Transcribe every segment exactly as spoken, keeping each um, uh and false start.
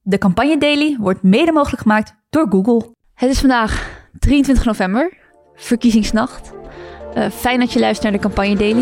De Campagne Daily wordt mede mogelijk gemaakt door Google. Het is vandaag drieëntwintig november, verkiezingsnacht. Uh, fijn dat je luistert naar de Campagne Daily.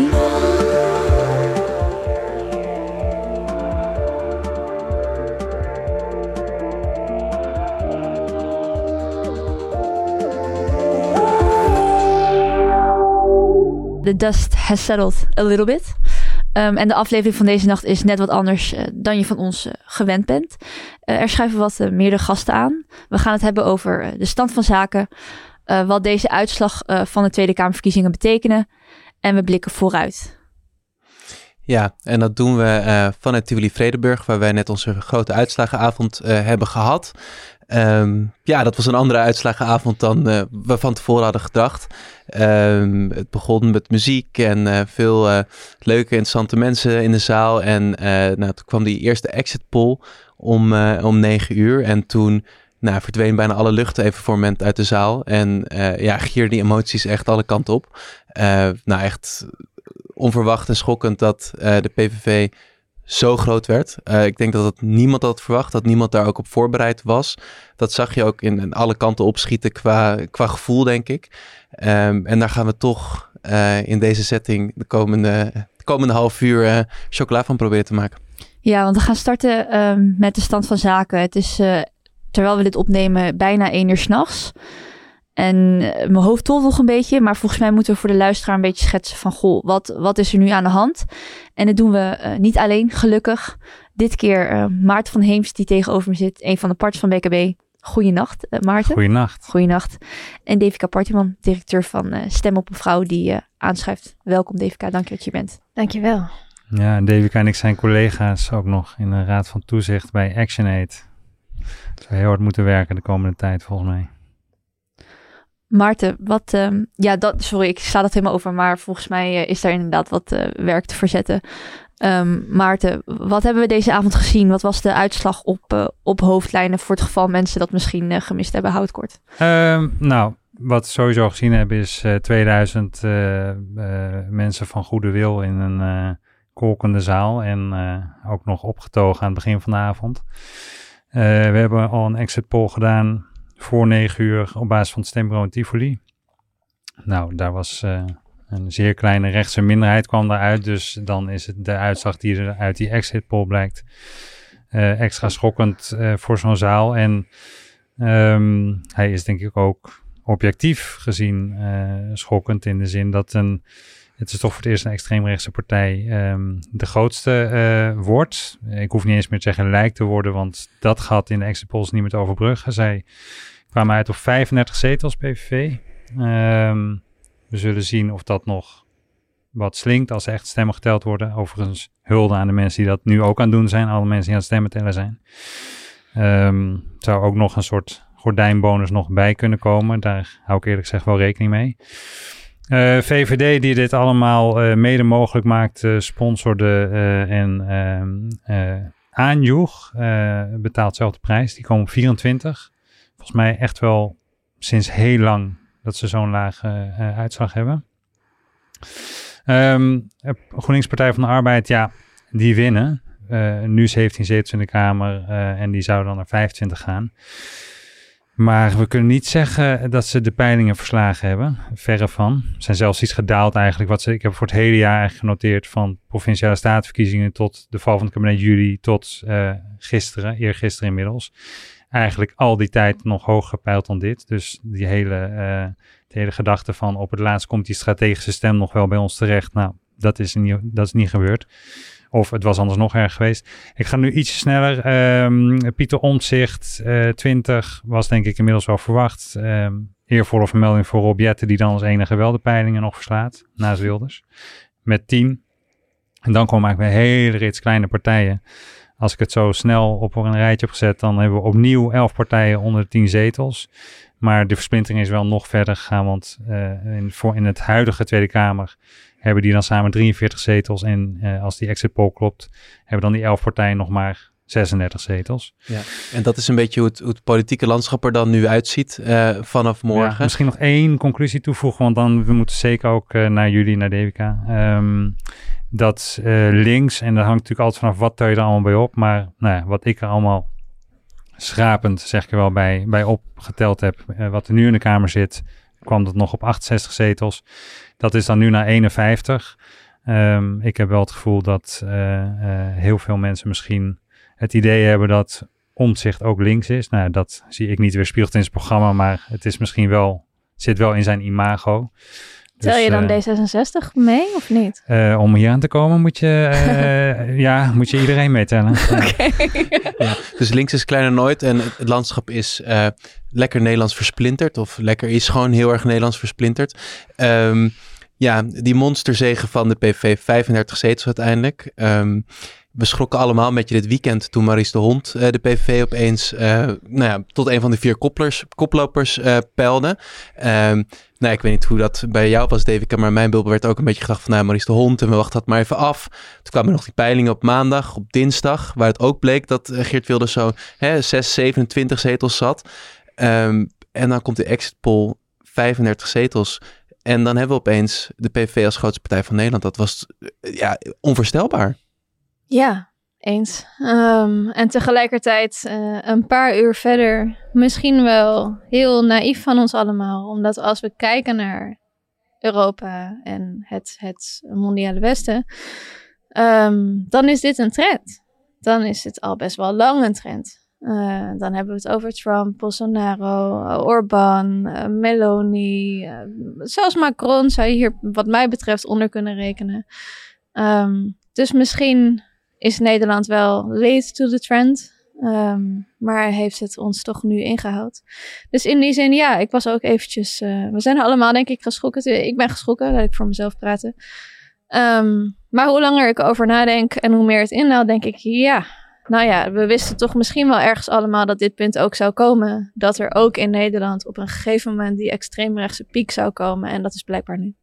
The dust has settled a little bit. Um, en de aflevering van deze nacht is net wat anders uh, dan je van ons uh, gewend bent. Uh, er schuiven wat uh, meerdere gasten aan. We gaan het hebben over uh, de stand van zaken. Uh, wat deze uitslag uh, van de Tweede Kamerverkiezingen betekenen. En we blikken vooruit. Ja, en dat doen we uh, vanuit Tivoli-Vredenburg, waar wij net onze grote uitslagenavond uh, hebben gehad. Um, ja, dat was een andere uitslagenavond dan uh, we van tevoren hadden gedacht. Um, het begon met muziek en uh, veel uh, leuke, interessante mensen in de zaal. En uh, nou, toen kwam die eerste exit poll om, uh, om negen uur. En toen nou, verdween bijna alle lucht even voor een moment uit de zaal. En uh, ja, gierden die emoties echt alle kanten op. Uh, nou, echt onverwacht en schokkend dat uh, de P V V zo groot werd. Uh, ik denk dat het niemand had verwacht, dat niemand daar ook op voorbereid was. Dat zag je ook in, in alle kanten opschieten qua, qua gevoel, denk ik. Um, en daar gaan we toch uh, in deze setting de komende, de komende half uur uh, chocola van proberen te maken. Ja, want we gaan starten um, met de stand van zaken. Het is, uh, terwijl we dit opnemen, bijna één uur 's nachts. En uh, mijn hoofd tolt nog een beetje, maar volgens mij moeten we voor de luisteraar een beetje schetsen van, goh, wat, wat is er nu aan de hand? En dat doen we uh, niet alleen, gelukkig. Dit keer uh, Maarten van Heemst, die tegenover me zit, een van de partners van B K B. Goeienacht, uh, Maarten. Goeienacht. Goeienacht. En Devika Partiman, directeur van uh, Stem op een Vrouw, die uh, aanschuift. Welkom Devika, dank je dat je bent. Dankjewel. Ja, Devika en ik zijn collega's ook nog in de Raad van Toezicht bij ActionAid. Dus we heel hard moeten werken de komende tijd, volgens mij. Maarten, wat, um, ja, dat, sorry, ik sla dat helemaal over, maar volgens mij uh, is daar inderdaad wat uh, werk te verzetten. Um, Maarten, wat hebben we deze avond gezien? Wat was de uitslag op, uh, op hoofdlijnen voor het geval mensen dat misschien uh, gemist hebben? Houd het kort. Um, nou, wat we sowieso gezien hebben is uh, tweeduizend uh, uh, mensen van goede wil in een uh, kolkende zaal en uh, ook nog opgetogen aan het begin van de avond. Uh, we hebben al een exit poll gedaan voor negen uur op basis van het stembureau in Tivoli. Nou, daar was uh, een zeer kleine rechtse minderheid kwam daaruit. Dus dan is het de uitslag die er uit die exit poll blijkt uh, extra schokkend uh, voor zo'n zaal. En um, hij is denk ik ook objectief gezien uh, schokkend in de zin dat een, het is toch voor het eerst een extreemrechtse partij um, de grootste uh, wordt. Ik hoef niet eens meer te zeggen lijkt te worden, want dat gaat in de exit polls niet meer te overbruggen. Zij kwamen uit op vijfendertig zetels, P V V. Um, we zullen zien of dat nog wat slinkt als echt stemmen geteld worden. Overigens hulde aan de mensen die dat nu ook aan het doen zijn. Alle mensen die aan het stemmen tellen zijn. Um, zou ook nog een soort gordijnbonus nog bij kunnen komen. Daar hou ik eerlijk gezegd wel rekening mee. Uh, V V D die dit allemaal uh, mede mogelijk maakt, uh, sponsorde uh, en uh, uh, aanjoeg, uh, betaalt zelf de prijs. Die komen op vierentwintig. Volgens mij echt wel sinds heel lang dat ze zo'n lage uh, uitslag hebben. Um, GroenLinks Partij van de Arbeid, ja, die winnen. Uh, nu zeventien zetels in de Kamer uh, en die zouden dan naar vijfentwintig gaan. Maar we kunnen niet zeggen dat ze de peilingen verslagen hebben. Verre van. Ze zijn zelfs iets gedaald eigenlijk. Wat ze, ik heb voor het hele jaar eigenlijk genoteerd van provinciale statenverkiezingen tot de val van het kabinet juli tot uh, gisteren, eergisteren inmiddels. Eigenlijk al die tijd nog hoger gepeild dan dit. Dus die hele, uh, de hele gedachte van op het laatst komt die strategische stem nog wel bij ons terecht. Nou, dat is niet, dat is niet gebeurd. Of het was anders nog erg geweest. Ik ga nu iets sneller. Um, Pieter Omtzigt, uh, twintig, was denk ik inmiddels wel verwacht. Um, eervolle vermelding voor Rob Jetten, die dan als enige wel de peilingen nog verslaat. Naast Wilders. Met tien. En dan komen eigenlijk bij hele rits kleine partijen. Als ik het zo snel op een rijtje heb gezet, dan hebben we opnieuw elf partijen onder de tien zetels. Maar de versplintering is wel nog verder gegaan, want uh, in, voor in het huidige Tweede Kamer hebben die dan samen drieënveertig zetels. En uh, als die exit poll klopt, hebben dan die elf partijen nog maar zesendertig zetels. Ja, en dat is een beetje hoe het, hoe het politieke landschap er dan nu uitziet uh, vanaf morgen. Ja, misschien nog één conclusie toevoegen, want dan we moeten zeker ook uh, naar jullie, naar Devika. Um, dat uh, links, en dat hangt natuurlijk altijd vanaf wat tel je er allemaal bij op, maar nou ja, wat ik er allemaal schrapend, zeg ik er wel bij, bij opgeteld heb, uh, wat er nu in de Kamer zit, kwam dat nog op achtenzestig zetels. Dat is dan nu naar eenenvijftig. Um, ik heb wel het gevoel dat uh, uh, heel veel mensen misschien het idee hebben dat Omtzigt ook links is. Nou, dat zie ik niet weerspiegeld in zijn programma, maar het is misschien wel, zit wel in zijn imago. Tel dus, je dan uh, D zesenzestig mee of niet? Uh, om hier aan te komen moet je, uh, ja, moet je iedereen meetellen. Oké. Okay. Ja, dus links is kleiner nooit en het landschap is uh, lekker Nederlands versplinterd. Of lekker is gewoon heel erg Nederlands versplinterd. Um, ja, die monsterzege van de P V V, vijfendertig zetels uiteindelijk. Um, we schrokken allemaal met je dit weekend toen Maurice de Hond uh, de P V V opeens uh, nou ja, tot een van de vier koplers, koplopers uh, peilde. Um, nou, ik weet niet hoe dat bij jou was, Devika, maar mijn bubbel werd ook een beetje gedacht van nou, Maurice de Hond en we wachten dat maar even af. Toen kwamen nog die peilingen op maandag, op dinsdag, waar het ook bleek dat uh, Geert Wilders zo hè, zes, zevenentwintig zetels zat. Um, en dan komt de exit poll, vijfendertig zetels. En dan hebben we opeens de P V V als grootste partij van Nederland. Dat was uh, ja, onvoorstelbaar. Ja, eens. Um, en tegelijkertijd uh, een paar uur verder misschien wel heel naïef van ons allemaal. Omdat als we kijken naar Europa en het, het mondiale Westen, um, dan is dit een trend. Dan is het al best wel lang een trend. Uh, dan hebben we het over Trump, Bolsonaro, uh, Orbán, uh, Meloni. Uh, zelfs Macron zou je hier wat mij betreft onder kunnen rekenen. Um, dus misschien is Nederland wel late to the trend. Um, maar heeft het ons toch nu ingehaald. Dus in die zin, ja, ik was ook eventjes... Uh, we zijn allemaal denk ik geschrokken. Ik ben geschrokken, laat ik voor mezelf praten. Um, maar hoe langer ik erover nadenk en hoe meer het inhaalt, denk ik, ja... Nou ja, we wisten toch misschien wel ergens allemaal dat dit punt ook zou komen. Dat er ook in Nederland op een gegeven moment die extreemrechtse piek zou komen. En dat is blijkbaar nu.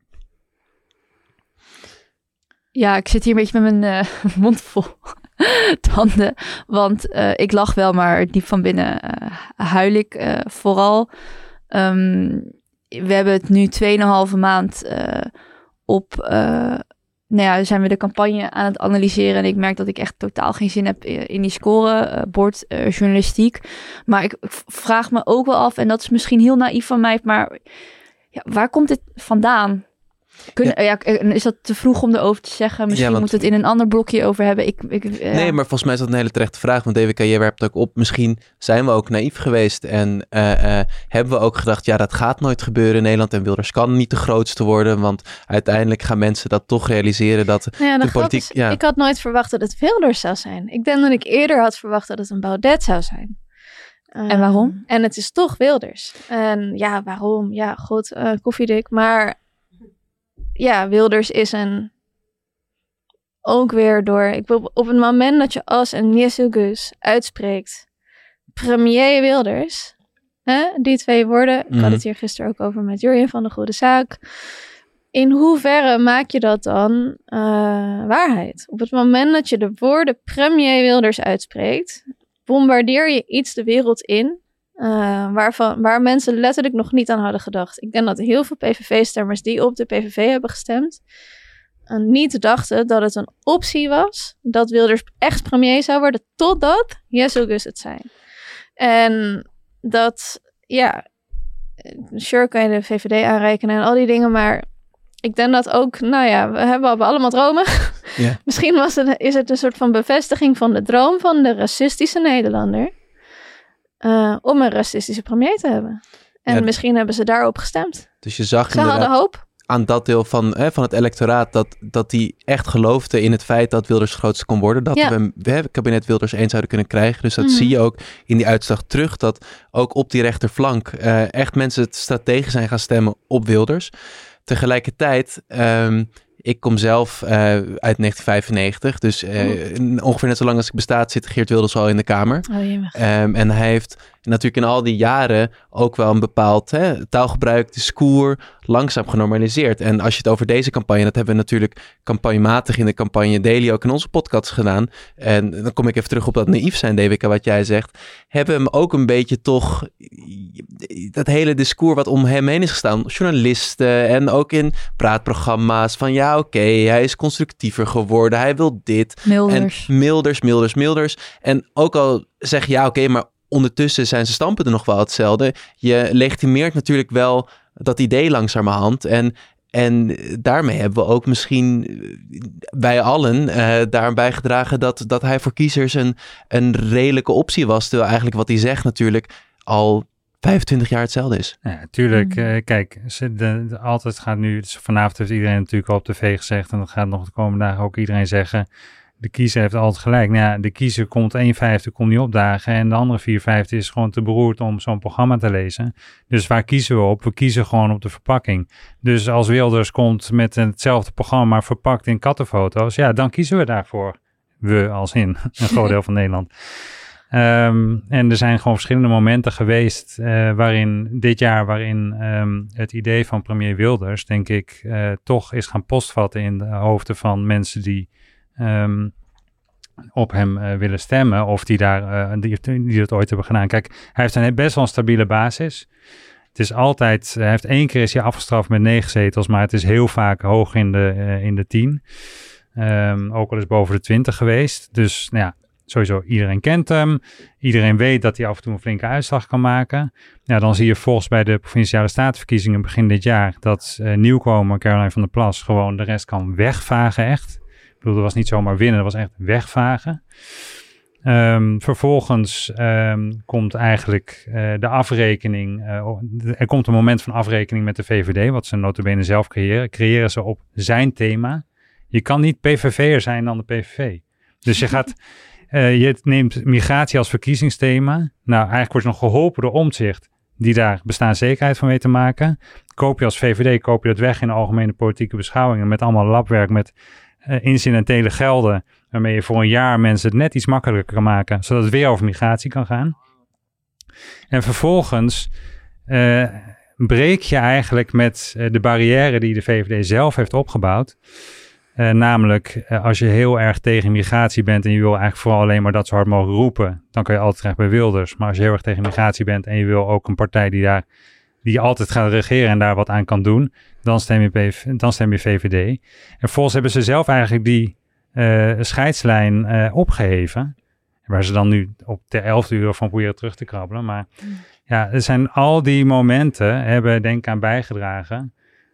Ja, ik zit hier een beetje met mijn uh, mond vol tanden. Want uh, ik lach wel, maar diep van binnen uh, huil ik uh, vooral. Um, we hebben het nu tweeënhalve maand uh, op... Uh, nou ja, zijn we de campagne aan het analyseren. En ik merk dat ik echt totaal geen zin heb in die scorebord uh, uh, journalistiek. Maar ik vraag me ook wel af, en dat is misschien heel naïef van mij, maar ja, waar komt dit vandaan? Kunnen, ja. Ja, is dat te vroeg om erover te zeggen? Misschien ja, want, moet het in een ander blokje over hebben. Ik, ik, uh, nee, maar volgens mij is dat een hele terechte vraag. Want D W K, jij werpt ook op. Misschien zijn we ook naïef geweest. En uh, uh, hebben we ook gedacht, ja, dat gaat nooit gebeuren in Nederland. En Wilders kan niet de grootste worden. Want uiteindelijk gaan mensen dat toch realiseren. Dat ja, de, de politiek... Is, ja. Ik had nooit verwacht dat het Wilders zou zijn. Ik denk dat ik eerder had verwacht dat het een Baudet zou zijn. Uh, en waarom? En het is toch Wilders. En ja, waarom? Ja, goed, uh, koffiedik. Maar... Ja, Wilders is een... Ook weer door... Ik wil, op het moment dat je als een Jezus uitspreekt... Premier Wilders... Hè, die twee woorden... Mm-hmm. Ik had het hier gisteren ook over met Jurjen van de Goede Zaak. In hoeverre maak je dat dan uh, waarheid? Op het moment dat je de woorden Premier Wilders uitspreekt... Bombardeer je iets de wereld in... Uh, waarvan, waar mensen letterlijk nog niet aan hadden gedacht. Ik denk dat heel veel P V V-stemmers die op de P V V hebben gestemd... Uh, niet dachten dat het een optie was... dat Wilders echt premier zou worden... totdat Jezus het zijn. En dat, ja... Sure kan je de V V D aanrekenen en al die dingen... maar ik denk dat ook... Nou ja, we hebben allemaal dromen. Yeah. Misschien was het, is het een soort van bevestiging van de droom... van de racistische Nederlander... Uh, om een racistische premier te hebben. En ja, misschien hebben ze daarop gestemd. Dus je zag ze hadden hoop. Aan dat deel van, hè, van het electoraat... Dat, dat die echt geloofde in het feit dat Wilders grootste kon worden. Dat ja. we, we het kabinet Wilders één zouden kunnen krijgen. Dus dat mm-hmm. zie je ook in die uitslag terug. Dat ook op die rechterflank uh, echt mensen strategisch zijn gaan stemmen op Wilders. Tegelijkertijd... Um, Ik kom zelf uh, uit negentien vijfennegentig, dus uh, ongeveer net zo lang als ik bestaat zit Geert Wilders al in de Kamer. Oh, um, en hij heeft En natuurlijk in al die jaren ook wel een bepaald hè, taalgebruik, discours, langzaam genormaliseerd. En als je het over deze campagne, dat hebben we natuurlijk campagnematig in de campagne Daily ook in onze podcast gedaan. En dan kom ik even terug op dat naïef zijn, Devika, wat jij zegt. Hebben we hem ook een beetje toch, dat hele discours wat om hem heen is gestaan, journalisten en ook in praatprogramma's van ja, oké, okay, hij is constructiever geworden, hij wil dit. Milders. En milders, milders, milders. En ook al zeg je ja, oké, okay, maar ondertussen zijn zijn standpunten nog wel hetzelfde. Je legitimeert natuurlijk wel dat idee langzamerhand. En, en daarmee hebben we ook misschien bij allen uh, daar bijgedragen dat, dat hij voor kiezers een, een redelijke optie was. Terwijl eigenlijk wat hij zegt natuurlijk al vijfentwintig jaar hetzelfde is. Ja, tuurlijk. Mm. Uh, kijk, ze, de, de, altijd gaat nu, vanavond heeft iedereen natuurlijk al op tv gezegd en dat gaat nog de komende dagen ook iedereen zeggen. De kiezer heeft altijd gelijk. Nou ja, de kiezer komt een vijfde, komt niet opdagen. En de andere vier vijfde is gewoon te beroerd om zo'n programma te lezen. Dus waar kiezen we op? We kiezen gewoon op de verpakking. Dus als Wilders komt met hetzelfde programma, maar verpakt in kattenfoto's. Ja, dan kiezen we daarvoor. We als in een groot deel van Nederland. Um, en er zijn gewoon verschillende momenten geweest uh, waarin dit jaar, waarin um, het idee van premier Wilders, denk ik, uh, toch is gaan postvatten in de hoofden van mensen die Um, op hem uh, willen stemmen of die, daar, uh, die, die dat ooit hebben gedaan. Kijk, hij heeft een best wel een stabiele basis. Het is altijd, hij heeft één keer is hij afgestraft met negen zetels, maar het is heel vaak hoog in de, uh, in de tien. Um, ook al is boven de twintig geweest. Dus nou ja, sowieso iedereen kent hem. Iedereen weet dat hij af en toe een flinke uitslag kan maken. Ja, dan zie je volgens bij de Provinciale Statenverkiezingen begin dit jaar dat uh, nieuwkomer Caroline van der Plas gewoon de rest kan wegvagen echt. Ik bedoel, dat was niet zomaar winnen, dat was echt wegvagen. Um, vervolgens um, komt eigenlijk uh, de afrekening. Uh, er komt een moment van afrekening met de V V D, wat ze nota bene zelf creëren. Creëren ze op zijn thema. Je kan niet P V V'er zijn dan de P V V. Dus je gaat, uh, je neemt migratie als verkiezingsthema. Nou, eigenlijk wordt je nog geholpen door Omtzigt, die daar bestaanszekerheid van weet te maken. Koop je als V V D, koop je dat weg in de algemene politieke beschouwingen met allemaal labwerk, met Uh, incidentele gelden, waarmee je voor een jaar mensen het net iets makkelijker kan maken, zodat het weer over migratie kan gaan. En vervolgens uh, breek je eigenlijk met uh, de barrière die de V V D zelf heeft opgebouwd. Uh, namelijk, uh, als je heel erg tegen migratie bent en je wil eigenlijk vooral alleen maar dat zo hard mogen roepen, dan kan je altijd terecht bij Wilders. Maar als je heel erg tegen migratie bent en je wil ook een partij die daar die altijd gaat regeren en daar wat aan kan doen, dan stem je, P V, dan stem je V V D. En vervolgens hebben ze zelf eigenlijk die uh, scheidslijn uh, opgeheven, waar ze dan nu op de elfde uur van proberen terug te krabbelen. Maar mm. ja, er zijn al die momenten hebben denk ik aan bijgedragen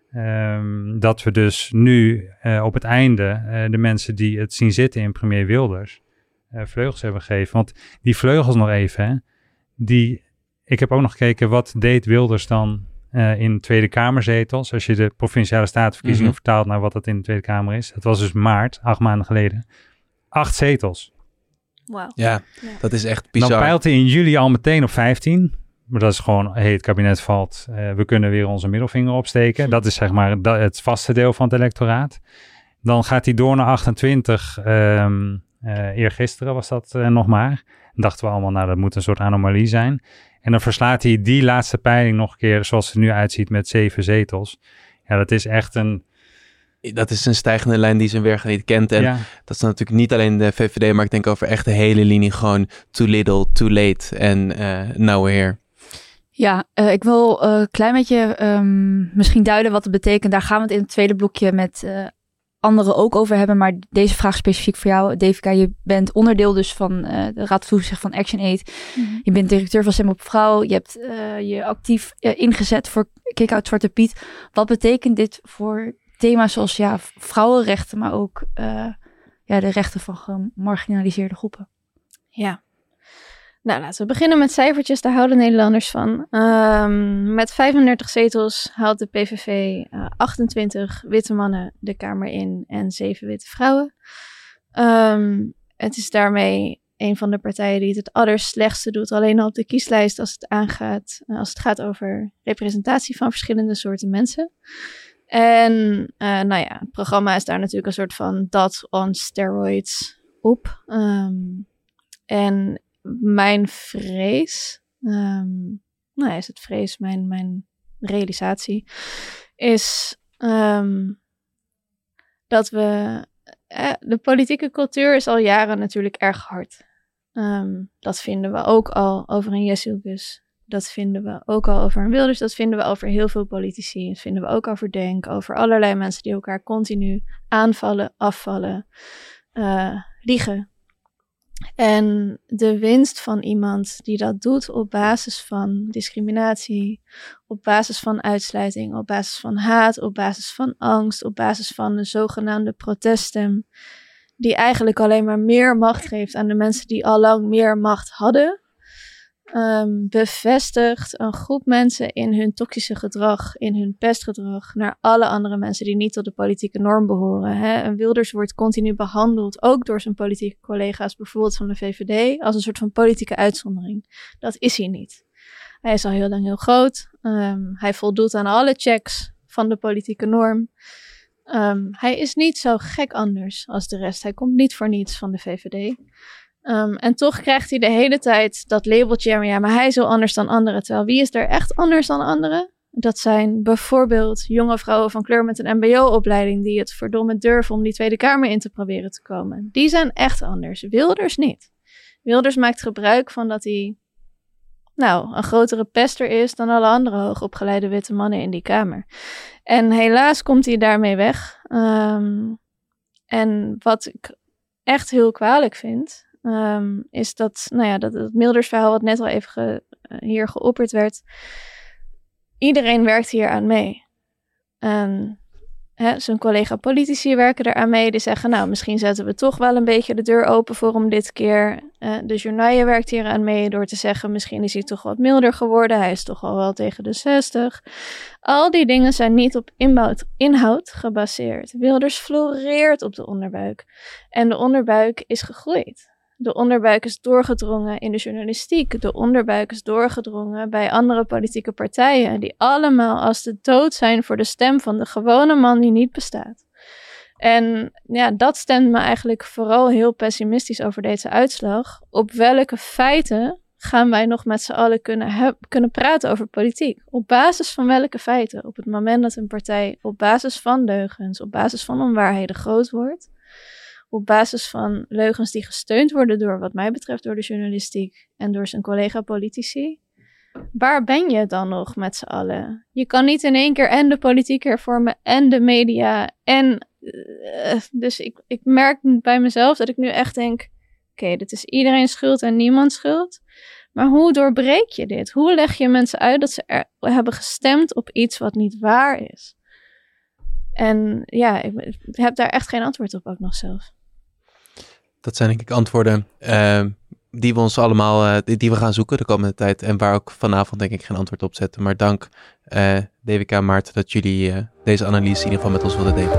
um, dat we dus nu uh, op het einde uh, de mensen die het zien zitten in premier Wilders uh, vleugels hebben gegeven. Want die vleugels nog even, hè, die... Ik heb ook nog gekeken, wat deed Wilders dan uh, in Tweede Kamerzetels? Als je de Provinciale Statenverkiezingen mm-hmm. vertaalt naar wat dat in de Tweede Kamer is. Dat was dus maart, acht maanden geleden. Acht zetels. Wauw. Ja, ja, dat is echt bizar. Dan peilt hij in juli al meteen op vijftien. Maar dat is gewoon, hey, het kabinet valt. Uh, we kunnen weer onze middelvinger opsteken. Dat is zeg maar dat, het vaste deel van het electoraat. Dan gaat hij door naar achtentwintig. Um, uh, eergisteren was dat uh, nog maar. Dan dachten we allemaal, nou, dat moet een soort anomalie zijn. En dan verslaat hij die laatste peiling nog een keer, zoals het er nu uitziet, met zeven zetels. Ja, dat is echt een... Dat is een stijgende lijn die zijn weerga niet kent. En ja. dat is natuurlijk niet alleen de V V D, maar ik denk over echt de hele linie gewoon too little, too late en uh, now we're here. Ja, uh, ik wil een uh, klein beetje um, misschien duiden wat het betekent. Daar gaan we het in het tweede blokje met uh, anderen ook over hebben. Maar deze vraag specifiek voor jou, Devika. Je bent onderdeel dus van uh, de Raad van Toezicht van ActionAid. Mm-hmm. Je bent directeur van Stem op Vrouw. Je hebt uh, je actief uh, ingezet voor Kick-Out Zwarte Piet. Wat betekent dit voor thema's zoals ja, vrouwenrechten, maar ook uh, ja, de rechten van gemarginaliseerde groepen? Ja. Nou, laten we beginnen met cijfertjes. Daar houden Nederlanders van. Um, met vijfendertig zetels haalt de P V V uh, achtentwintig witte mannen de Kamer in en zeven witte vrouwen. Um, het is daarmee een van de partijen die het het allerslechtste doet. Alleen al op de kieslijst als het aangaat, uh, als het gaat over representatie van verschillende soorten mensen. En uh, nou ja, het programma is daar natuurlijk een soort van dat on steroids op. Um, en mijn vrees Um, nou, is het vrees mijn, mijn realisatie, is um, dat we... Eh, de politieke cultuur is al jaren natuurlijk erg hard. Um, dat vinden we ook al over een Jessilgus. Dat vinden we ook al over een Wilders. Dat vinden we over heel veel politici. Dat vinden we ook over Denk. Over allerlei mensen die elkaar continu aanvallen, afvallen, uh, liegen. En de winst van iemand die dat doet op basis van discriminatie, op basis van uitsluiting, op basis van haat, op basis van angst, op basis van de zogenaamde proteststem, die eigenlijk alleen maar meer macht geeft aan de mensen die al lang meer macht hadden, um, bevestigt een groep mensen in hun toxische gedrag, in hun pestgedrag, naar alle andere mensen die niet tot de politieke norm behoren. Hè. Een Wilders wordt continu behandeld, ook door zijn politieke collega's, bijvoorbeeld van de V V D, als een soort van politieke uitzondering. Dat is hij niet. Hij is al heel lang heel groot. Um, hij voldoet aan alle checks van de politieke norm. Um, hij is niet zo gek anders als de rest. Hij komt niet voor niets van de V V D. Um, en toch krijgt hij de hele tijd dat labeltje, maar ja, maar hij is zo anders dan anderen. Terwijl wie is er echt anders dan anderen? Dat zijn bijvoorbeeld jonge vrouwen van kleur met een M B O-opleiding die het verdomme durven om die Tweede Kamer in te proberen te komen. Die zijn echt anders. Wilders niet. Wilders maakt gebruik van dat hij, nou, een grotere pester is dan alle andere hoogopgeleide witte mannen in die Kamer. En helaas komt hij daarmee weg. Um, en wat ik echt heel kwalijk vind, Um, is dat, nou ja, dat het Wilders-verhaal wat net al even ge, uh, hier geopperd werd. Iedereen werkt hier aan mee. En hè, zijn collega-politici werken eraan mee. Die zeggen, nou, misschien zetten we toch wel een beetje de deur open voor hem dit keer. Uh, de journaal werkt hier aan mee door te zeggen, misschien is hij toch wat milder geworden. Hij is toch al wel tegen de zestig. Al die dingen zijn niet op inhoud, inhoud gebaseerd. Wilders floreert op de onderbuik. En de onderbuik is gegroeid. De onderbuik is doorgedrongen in de journalistiek. De onderbuik is doorgedrongen bij andere politieke partijen, die allemaal als de dood zijn voor de stem van de gewone man die niet bestaat. En ja, dat stemt me eigenlijk vooral heel pessimistisch over deze uitslag. Op welke feiten gaan wij nog met z'n allen kunnen, heb, kunnen praten over politiek? Op basis van welke feiten? Op het moment dat een partij op basis van leugens, op basis van onwaarheden groot wordt, op basis van leugens die gesteund worden door, wat mij betreft, door de journalistiek en door zijn collega-politici. Waar ben je dan nog met z'n allen? Je kan niet in één keer en de politiek hervormen en de media. En uh, dus ik, ik merk bij mezelf dat ik nu echt denk, oké, okay, dit is iedereen schuld en niemand schuld. Maar hoe doorbreek je dit? Hoe leg je mensen uit dat ze er hebben gestemd op iets wat niet waar is? En ja, ik heb daar echt geen antwoord op ook nog zelf. Dat zijn denk ik antwoorden uh, die we ons allemaal, uh, die, die we gaan zoeken de komende tijd. En waar ook vanavond denk ik geen antwoord op zetten. Maar dank uh, D W K en Maarten dat jullie uh, deze analyse in ieder geval met ons wilden delen.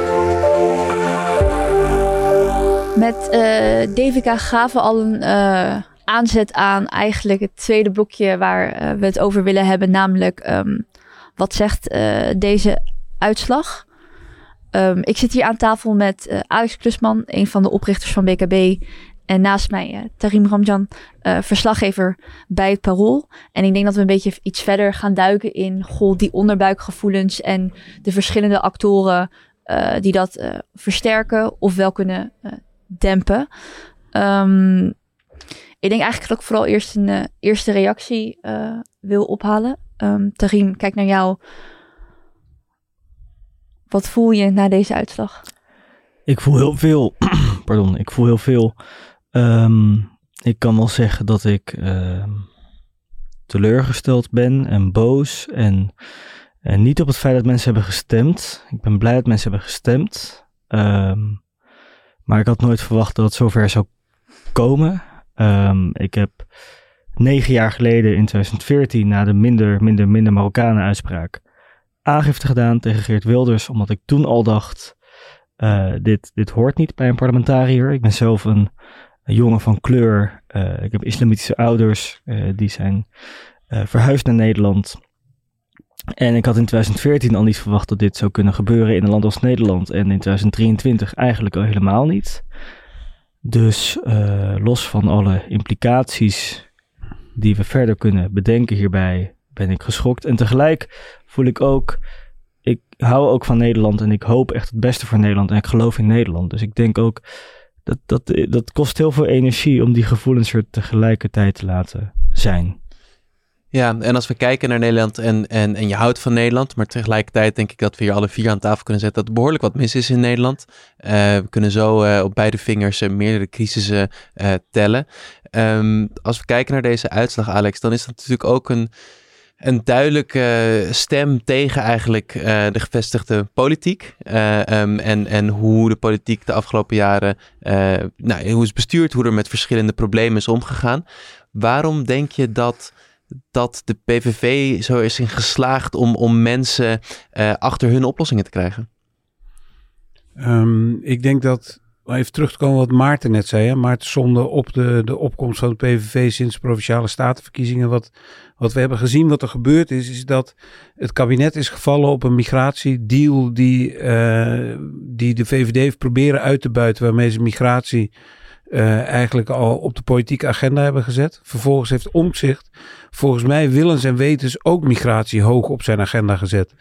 Met uh, D W K gaven al een uh, aanzet aan eigenlijk het tweede blokje waar uh, we het over willen hebben. Namelijk, um, wat zegt uh, deze uitslag? Um, ik zit hier aan tafel met uh, Alex Klusman, een van de oprichters van B K B. En naast mij uh, Tarim Ramjan, uh, verslaggever bij het Parool. En ik denk dat we een beetje iets verder gaan duiken in goh, die onderbuikgevoelens en de verschillende actoren uh, die dat uh, versterken of wel kunnen uh, dempen. Um, ik denk eigenlijk dat ik vooral eerst een uh, eerste reactie uh, wil ophalen. Um, Tarim, kijk naar jou. Wat voel je na deze uitslag? Ik voel heel veel. Pardon, ik voel heel veel. Um, ik kan wel zeggen dat ik uh, teleurgesteld ben en boos. En, en niet op het feit dat mensen hebben gestemd. Ik ben blij dat mensen hebben gestemd. Um, maar ik had nooit verwacht dat het zover zou komen. Um, ik heb negen jaar geleden in twintig veertien na de minder, minder, minder Marokkanen uitspraak aangifte gedaan tegen Geert Wilders, omdat ik toen al dacht, uh, dit, dit hoort niet bij een parlementariër. Ik ben zelf een, een jongen van kleur. Uh, ik heb islamitische ouders, uh, die zijn uh, verhuisd naar Nederland. En ik had in twintig veertien al niet verwacht dat dit zou kunnen gebeuren in een land als Nederland. En in twintig drieëntwintig eigenlijk al helemaal niet. Dus uh, los van alle implicaties die we verder kunnen bedenken hierbij, ben ik geschokt. En tegelijk voel ik ook, ik hou ook van Nederland en ik hoop echt het beste voor Nederland en ik geloof in Nederland. Dus ik denk ook, dat, dat, dat kost heel veel energie om die gevoelens er tegelijkertijd te laten zijn. Ja, en als we kijken naar Nederland en, en, en je houdt van Nederland, maar tegelijkertijd denk ik dat we hier alle vier aan tafel kunnen zetten dat er behoorlijk wat mis is in Nederland. Uh, we kunnen zo uh, op beide vingers uh, meerdere crisissen uh, tellen. Um, als we kijken naar deze uitslag, Alex, dan is dat natuurlijk ook een, een duidelijke stem tegen eigenlijk uh, de gevestigde politiek. Uh, um, en, en hoe de politiek de afgelopen jaren, uh, nou, hoe is bestuurd, hoe er met verschillende problemen is omgegaan. Waarom denk je dat... dat de P V V zo is in geslaagd om, om mensen uh, achter hun oplossingen te krijgen? Um, ik denk dat, even terug te komen wat Maarten net zei. Hè? Maarten somde op de, de opkomst van de P V V sinds de Provinciale Statenverkiezingen. Wat, wat we hebben gezien, wat er gebeurd is, is dat het kabinet is gevallen op een migratiedeal die, uh, die de V V D heeft proberen uit te buiten, waarmee ze migratie Uh, eigenlijk al op de politieke agenda hebben gezet. Vervolgens heeft Omtzigt volgens mij willens en wetens ook migratie hoog op zijn agenda gezet.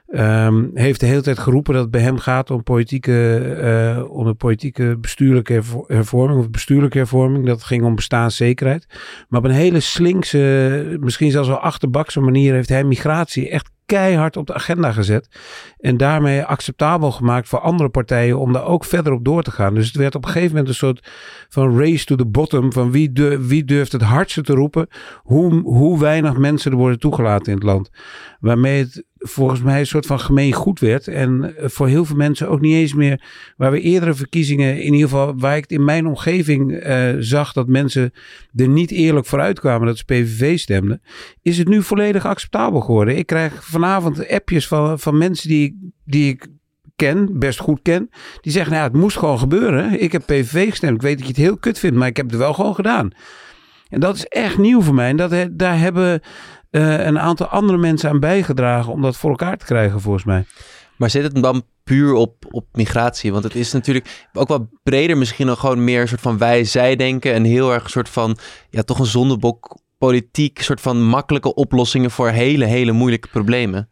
Um, heeft de hele tijd geroepen dat het bij hem gaat om politieke, uh, om een politieke bestuurlijke hervorming of bestuurlijke hervorming. Dat ging om bestaanszekerheid. Maar op een hele slinkse, misschien zelfs wel achterbakse manier heeft hij migratie echt keihard op de agenda gezet. En daarmee acceptabel gemaakt voor andere partijen om daar ook verder op door te gaan. Dus het werd op een gegeven moment een soort van race to the bottom. Van wie, durf, wie durft het hardste te roepen hoe, hoe weinig mensen er worden toegelaten in het land. Waarmee het volgens mij een soort van gemeen goed werd. En voor heel veel mensen ook niet eens meer, waar we eerdere verkiezingen, in ieder geval waar ik het in mijn omgeving uh, zag dat mensen er niet eerlijk vooruit kwamen dat ze P V V stemden, is het nu volledig acceptabel geworden. Ik krijg vanavond appjes van, van mensen die, die ik ken, best goed ken, die zeggen, nou ja, het moest gewoon gebeuren. Ik heb P V V gestemd. Ik weet dat je het heel kut vindt, maar ik heb het wel gewoon gedaan. En dat is echt nieuw voor mij. En dat, daar hebben uh, een aantal andere mensen aan bijgedragen om dat voor elkaar te krijgen, volgens mij. Maar zit het dan puur op, op migratie? Want het is natuurlijk ook wel breder, misschien nog gewoon meer een soort van wij-zij denken en heel erg een soort van, ja, toch een zondebok politiek, soort van makkelijke oplossingen voor hele, hele moeilijke problemen.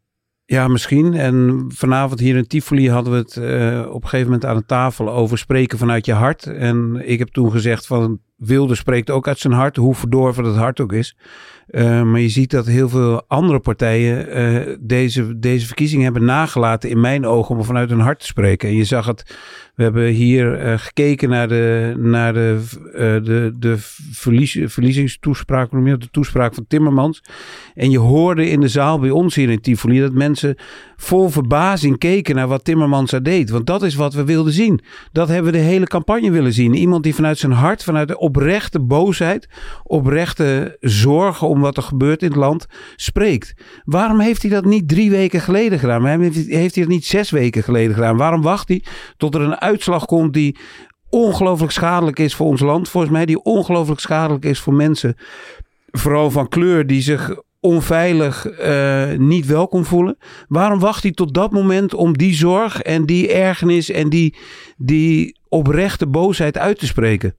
Ja, misschien. En vanavond hier in Tivoli hadden we het uh, op een gegeven moment aan de tafel over spreken vanuit je hart. En ik heb toen gezegd van Wilders spreekt ook uit zijn hart, hoe verdorven dat hart ook is. Uh, maar je ziet dat heel veel andere partijen uh, deze, deze verkiezingen hebben nagelaten in mijn ogen om vanuit hun hart te spreken. En je zag het, we hebben hier uh, gekeken naar de, naar de, uh, de, de verlies, verliezingstoespraak, de toespraak van Timmermans. En je hoorde in de zaal bij ons hier in Tivoli dat mensen vol verbazing keken naar wat Timmermans daar deed. Want dat is wat we wilden zien. Dat hebben we de hele campagne willen zien. Iemand die vanuit zijn hart, vanuit de oprechte boosheid, oprechte zorgen om wat er gebeurt in het land, spreekt. Waarom heeft hij dat niet drie weken geleden gedaan? Waarom heeft hij, heeft hij dat niet zes weken geleden gedaan? Waarom wacht hij tot er een uitslag komt die ongelooflijk schadelijk is voor ons land? Volgens mij die ongelooflijk schadelijk is voor mensen, vooral van kleur, die zich onveilig uh, niet welkom voelen. Waarom wacht hij tot dat moment om die zorg en die ergernis en die, die oprechte boosheid uit te spreken?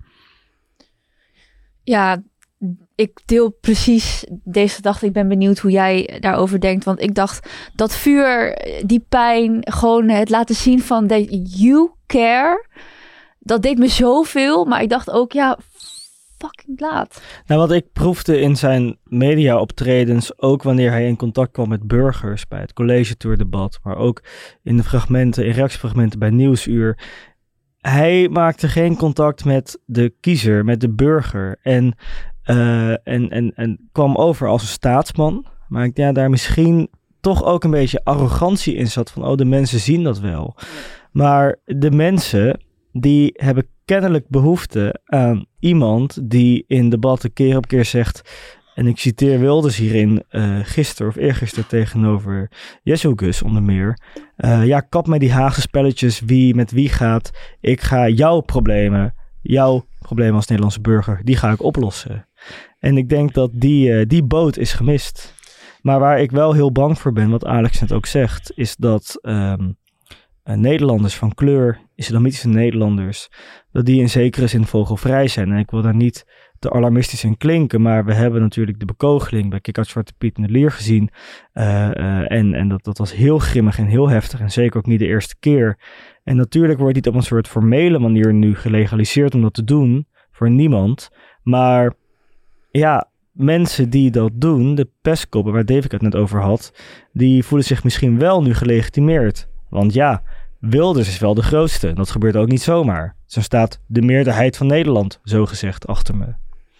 Ja, ik deel precies deze gedachte. Ik ben benieuwd hoe jij daarover denkt. Want ik dacht, dat vuur, die pijn, gewoon het laten zien van dat you care, dat deed me zoveel. Maar ik dacht ook, ja, fucking laat. Nou, wat ik proefde in zijn media-optredens, ook wanneer hij in contact kwam met burgers bij het college-tourdebat, maar ook in de fragmenten, in reactiefragmenten bij Nieuwsuur. Hij maakte geen contact met de kiezer, met de burger. En, uh, en, en, en kwam over als een staatsman. Maar ik denk ja, daar misschien toch ook een beetje arrogantie in zat. Van, oh, de mensen zien dat wel. Maar de mensen, die hebben kennelijk behoefte aan iemand die in debatten keer op keer zegt, en ik citeer Wilders hierin uh, gisteren of eergisteren tegenover Jezus onder meer. Uh, ja, kap met die Haagse spelletjes, wie met wie gaat. Ik ga jouw problemen, jouw problemen als Nederlandse burger, die ga ik oplossen. En ik denk dat die, uh, die boot is gemist. Maar waar ik wel heel bang voor ben, wat Alex net ook zegt, is dat um, uh, Nederlanders van kleur, islamitische Nederlanders, dat die in zekere zin vogelvrij zijn. En ik wil daar niet te alarmistisch in klinken, maar we hebben natuurlijk de bekogeling bij Kick Out Zwarte Piet en de Lier gezien. Uh, uh, en en dat, dat was heel grimmig en heel heftig en zeker ook niet de eerste keer. En natuurlijk wordt dit op een soort formele manier nu gelegaliseerd om dat te doen voor niemand. Maar ja, mensen die dat doen, de pestkoppen waar David het net over had, die voelen zich misschien wel nu gelegitimeerd. Want ja, Wilders is wel de grootste. Dat gebeurt ook niet zomaar. Zo staat de meerderheid van Nederland, zogezegd, achter me.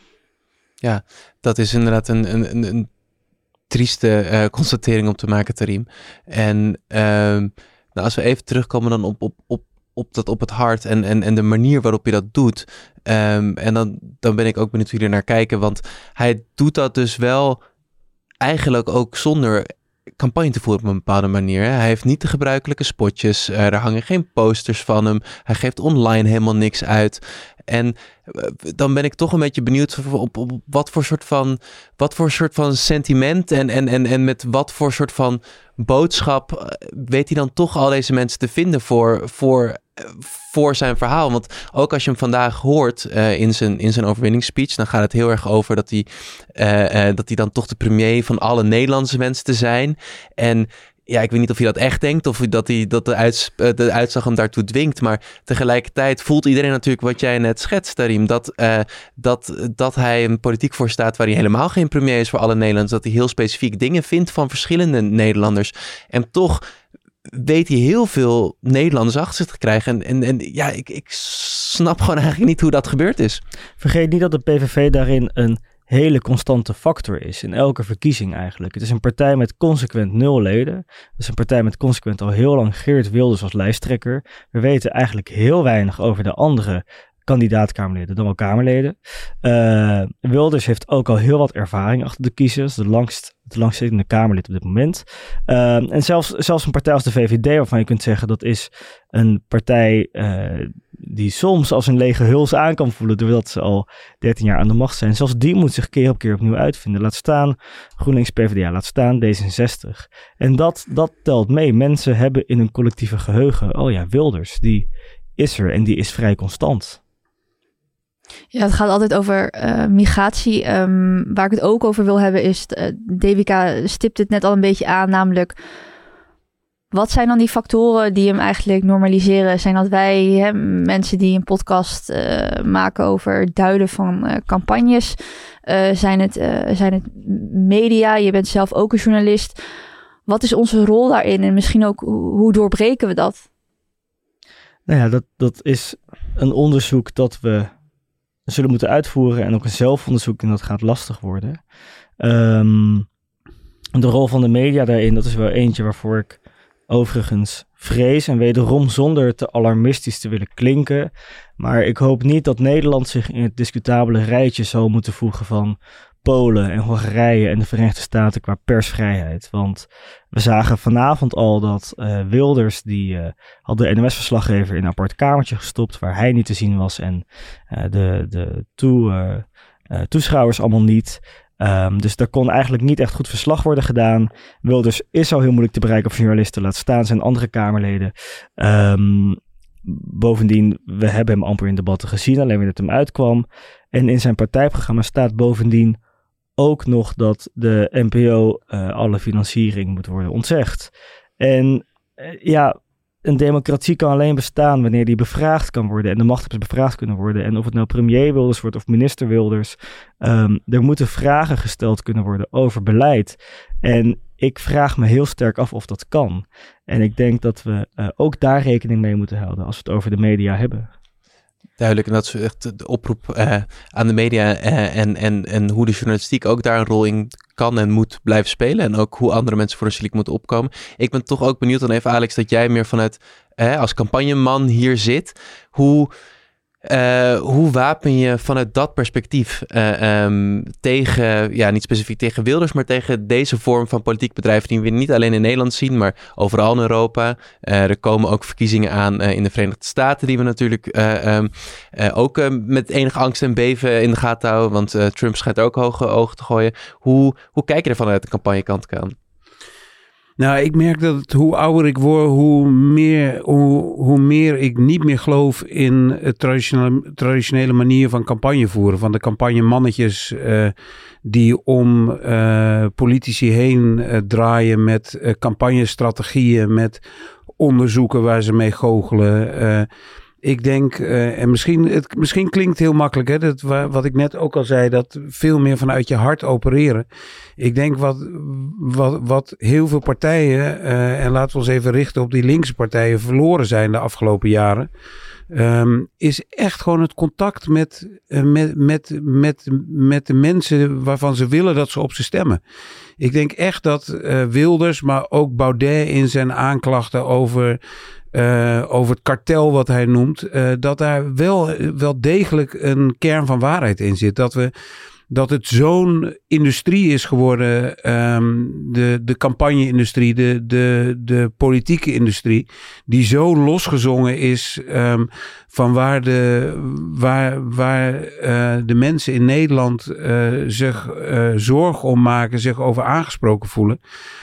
Ja, dat is inderdaad een, een, een trieste uh, constatering om te maken, Tarim. En uh, nou, als we even terugkomen dan op, op, op, op dat op het hart en, en, en de manier waarop je dat doet. Um, en dan, dan ben ik ook benieuwd hoe jullie naar kijken. Want hij doet dat dus wel eigenlijk ook zonder campagne te voeren op een bepaalde manier. Hè? Hij heeft niet de gebruikelijke spotjes. Uh, er hangen geen posters van hem. Hij geeft online helemaal niks uit. En uh, dan ben ik toch een beetje benieuwd op, op, op wat voor soort van wat voor soort van sentiment en, en, en, en met wat voor soort van boodschap uh, weet hij dan toch al deze mensen te vinden voor, voor, uh, voor zijn verhaal. Want ook als je hem vandaag hoort uh, in zijn, in zijn overwinningsspeech, dan gaat het heel erg over dat hij, uh, uh, dat hij dan toch de premier van alle Nederlanders wenst te zijn. En ja, ik weet niet of hij dat echt denkt of dat, hij, dat de, uits, de uitslag hem daartoe dwingt. Maar tegelijkertijd voelt iedereen natuurlijk wat jij net schetst, Tarim. Dat, uh, dat, dat hij een politiek voor staat waar hij helemaal geen premier is voor alle Nederlanders. Dat hij heel specifiek dingen vindt van verschillende Nederlanders. En toch weet hij heel veel Nederlanders achter zich te krijgen. En, en, en ja, ik, ik snap gewoon eigenlijk niet hoe dat gebeurd is. Vergeet niet dat de P V V daarin een hele constante factor is, in elke verkiezing eigenlijk. Het is een partij met consequent nul leden. Het is een partij met consequent al heel lang Geert Wilders als lijsttrekker. We weten eigenlijk heel weinig over de andere kandidaat-Kamerleden dan wel Kamerleden. Uh, Wilders heeft ook al heel wat ervaring achter de kiezers, de langst, het langstzittende Kamerlid op dit moment. Uh, en zelfs, zelfs een partij als de V V D, waarvan je kunt zeggen dat is een partij uh, die soms als een lege huls aan kan voelen, doordat ze al dertien jaar aan de macht zijn. Zelfs die moet zich keer op keer opnieuw uitvinden. Laat staan GroenLinks, P V D A, laat staan D zesenzestig. En dat, dat telt mee. Mensen hebben in hun collectieve geheugen, oh ja, Wilders, die is er en die is vrij constant. Ja, het gaat altijd over uh, migratie. Um, waar ik het ook over wil hebben is, uh, Devika stipt het net al een beetje aan, namelijk wat zijn dan die factoren die hem eigenlijk normaliseren? Zijn dat wij, hè, mensen die een podcast uh, maken over het duiden van uh, campagnes? Uh, zijn, het, uh, zijn het media? Je bent zelf ook een journalist. Wat is onze rol daarin? En misschien ook, hoe doorbreken we dat? Nou ja, dat, dat is een onderzoek dat we zullen moeten uitvoeren en ook een zelfonderzoek en dat gaat lastig worden. Um, de rol van de media daarin, dat is wel eentje waarvoor ik overigens vrees en wederom zonder te alarmistisch te willen klinken. Maar ik hoop niet dat Nederland zich in het discutabele rijtje zal moeten voegen van Polen en Hongarije en de Verenigde Staten qua persvrijheid. Want we zagen vanavond al dat uh, Wilders, die uh, had de N O S-verslaggever in een apart kamertje gestopt waar hij niet te zien was en uh, de, de toe, uh, uh, toeschouwers allemaal niet. Um, dus daar kon eigenlijk niet echt goed verslag worden gedaan. Wilders is al heel moeilijk te bereiken op journalisten, laat staan zijn andere Kamerleden. Um, bovendien, we hebben hem amper in debatten gezien, alleen wanneer het hem uitkwam. En in zijn partijprogramma staat bovendien ook nog dat de N P O uh, alle financiering moet worden ontzegd. En uh, ja, een democratie kan alleen bestaan wanneer die bevraagd kan worden en de machthebbers bevraagd kunnen worden. En of het nou premier Wilders wordt of minister Wilders, um, er moeten vragen gesteld kunnen worden over beleid. En ik vraag me heel sterk af of dat kan. En ik denk dat we uh, ook daar rekening mee moeten houden als we het over de media hebben. Duidelijk, en dat is echt de oproep uh, aan de media uh, en, en, en hoe de journalistiek ook daar een rol in kan en moet blijven spelen. En ook hoe andere mensen voor de journalistiek moeten opkomen. Ik ben toch ook benieuwd dan even, Alex, dat jij meer vanuit, uh, als campagneman hier zit. Hoe, uh, hoe wapen je vanuit dat perspectief uh, um, tegen, ja, niet specifiek tegen Wilders, maar tegen deze vorm van politiek bedrijven die we niet alleen in Nederland zien, maar overal in Europa. Uh, er komen ook verkiezingen aan uh, in de Verenigde Staten die we natuurlijk uh, um, uh, ook uh, met enige angst en beven in de gaten houden, want uh, Trump schijnt ook hoge ogen te gooien. Hoe, hoe kijk je er vanuit de campagnekant aan? Nou, ik merk dat het, hoe ouder ik word, hoe meer, hoe, hoe meer ik niet meer geloof in het traditionele, traditionele manier van campagne voeren. Van de campagnemannetjes uh, die om uh, politici heen uh, draaien met uh, campagnestrategieën, met onderzoeken waar ze mee goochelen. Uh, Ik denk, uh, en misschien, het, misschien klinkt het heel makkelijk, hè, dat, wat ik net ook al zei, dat veel meer vanuit je hart opereren. Ik denk wat, wat, wat heel veel partijen, uh, en laten we ons even richten op die linkse partijen, verloren zijn de afgelopen jaren, um, is echt gewoon het contact met, uh, met, met, met, met de mensen waarvan ze willen dat ze op ze stemmen. Ik denk echt dat uh, Wilders, maar ook Baudet in zijn aanklachten over... Uh, over het kartel wat hij noemt, uh, dat daar wel, wel degelijk een kern van waarheid in zit. Dat, we, dat het zo'n industrie is geworden, um, de, de campagne-industrie, de, de, de politieke industrie, die zo losgezongen is um, van waar de, waar, waar, uh, de mensen in Nederland uh, zich uh, zorgen om maken, zich over aangesproken voelen.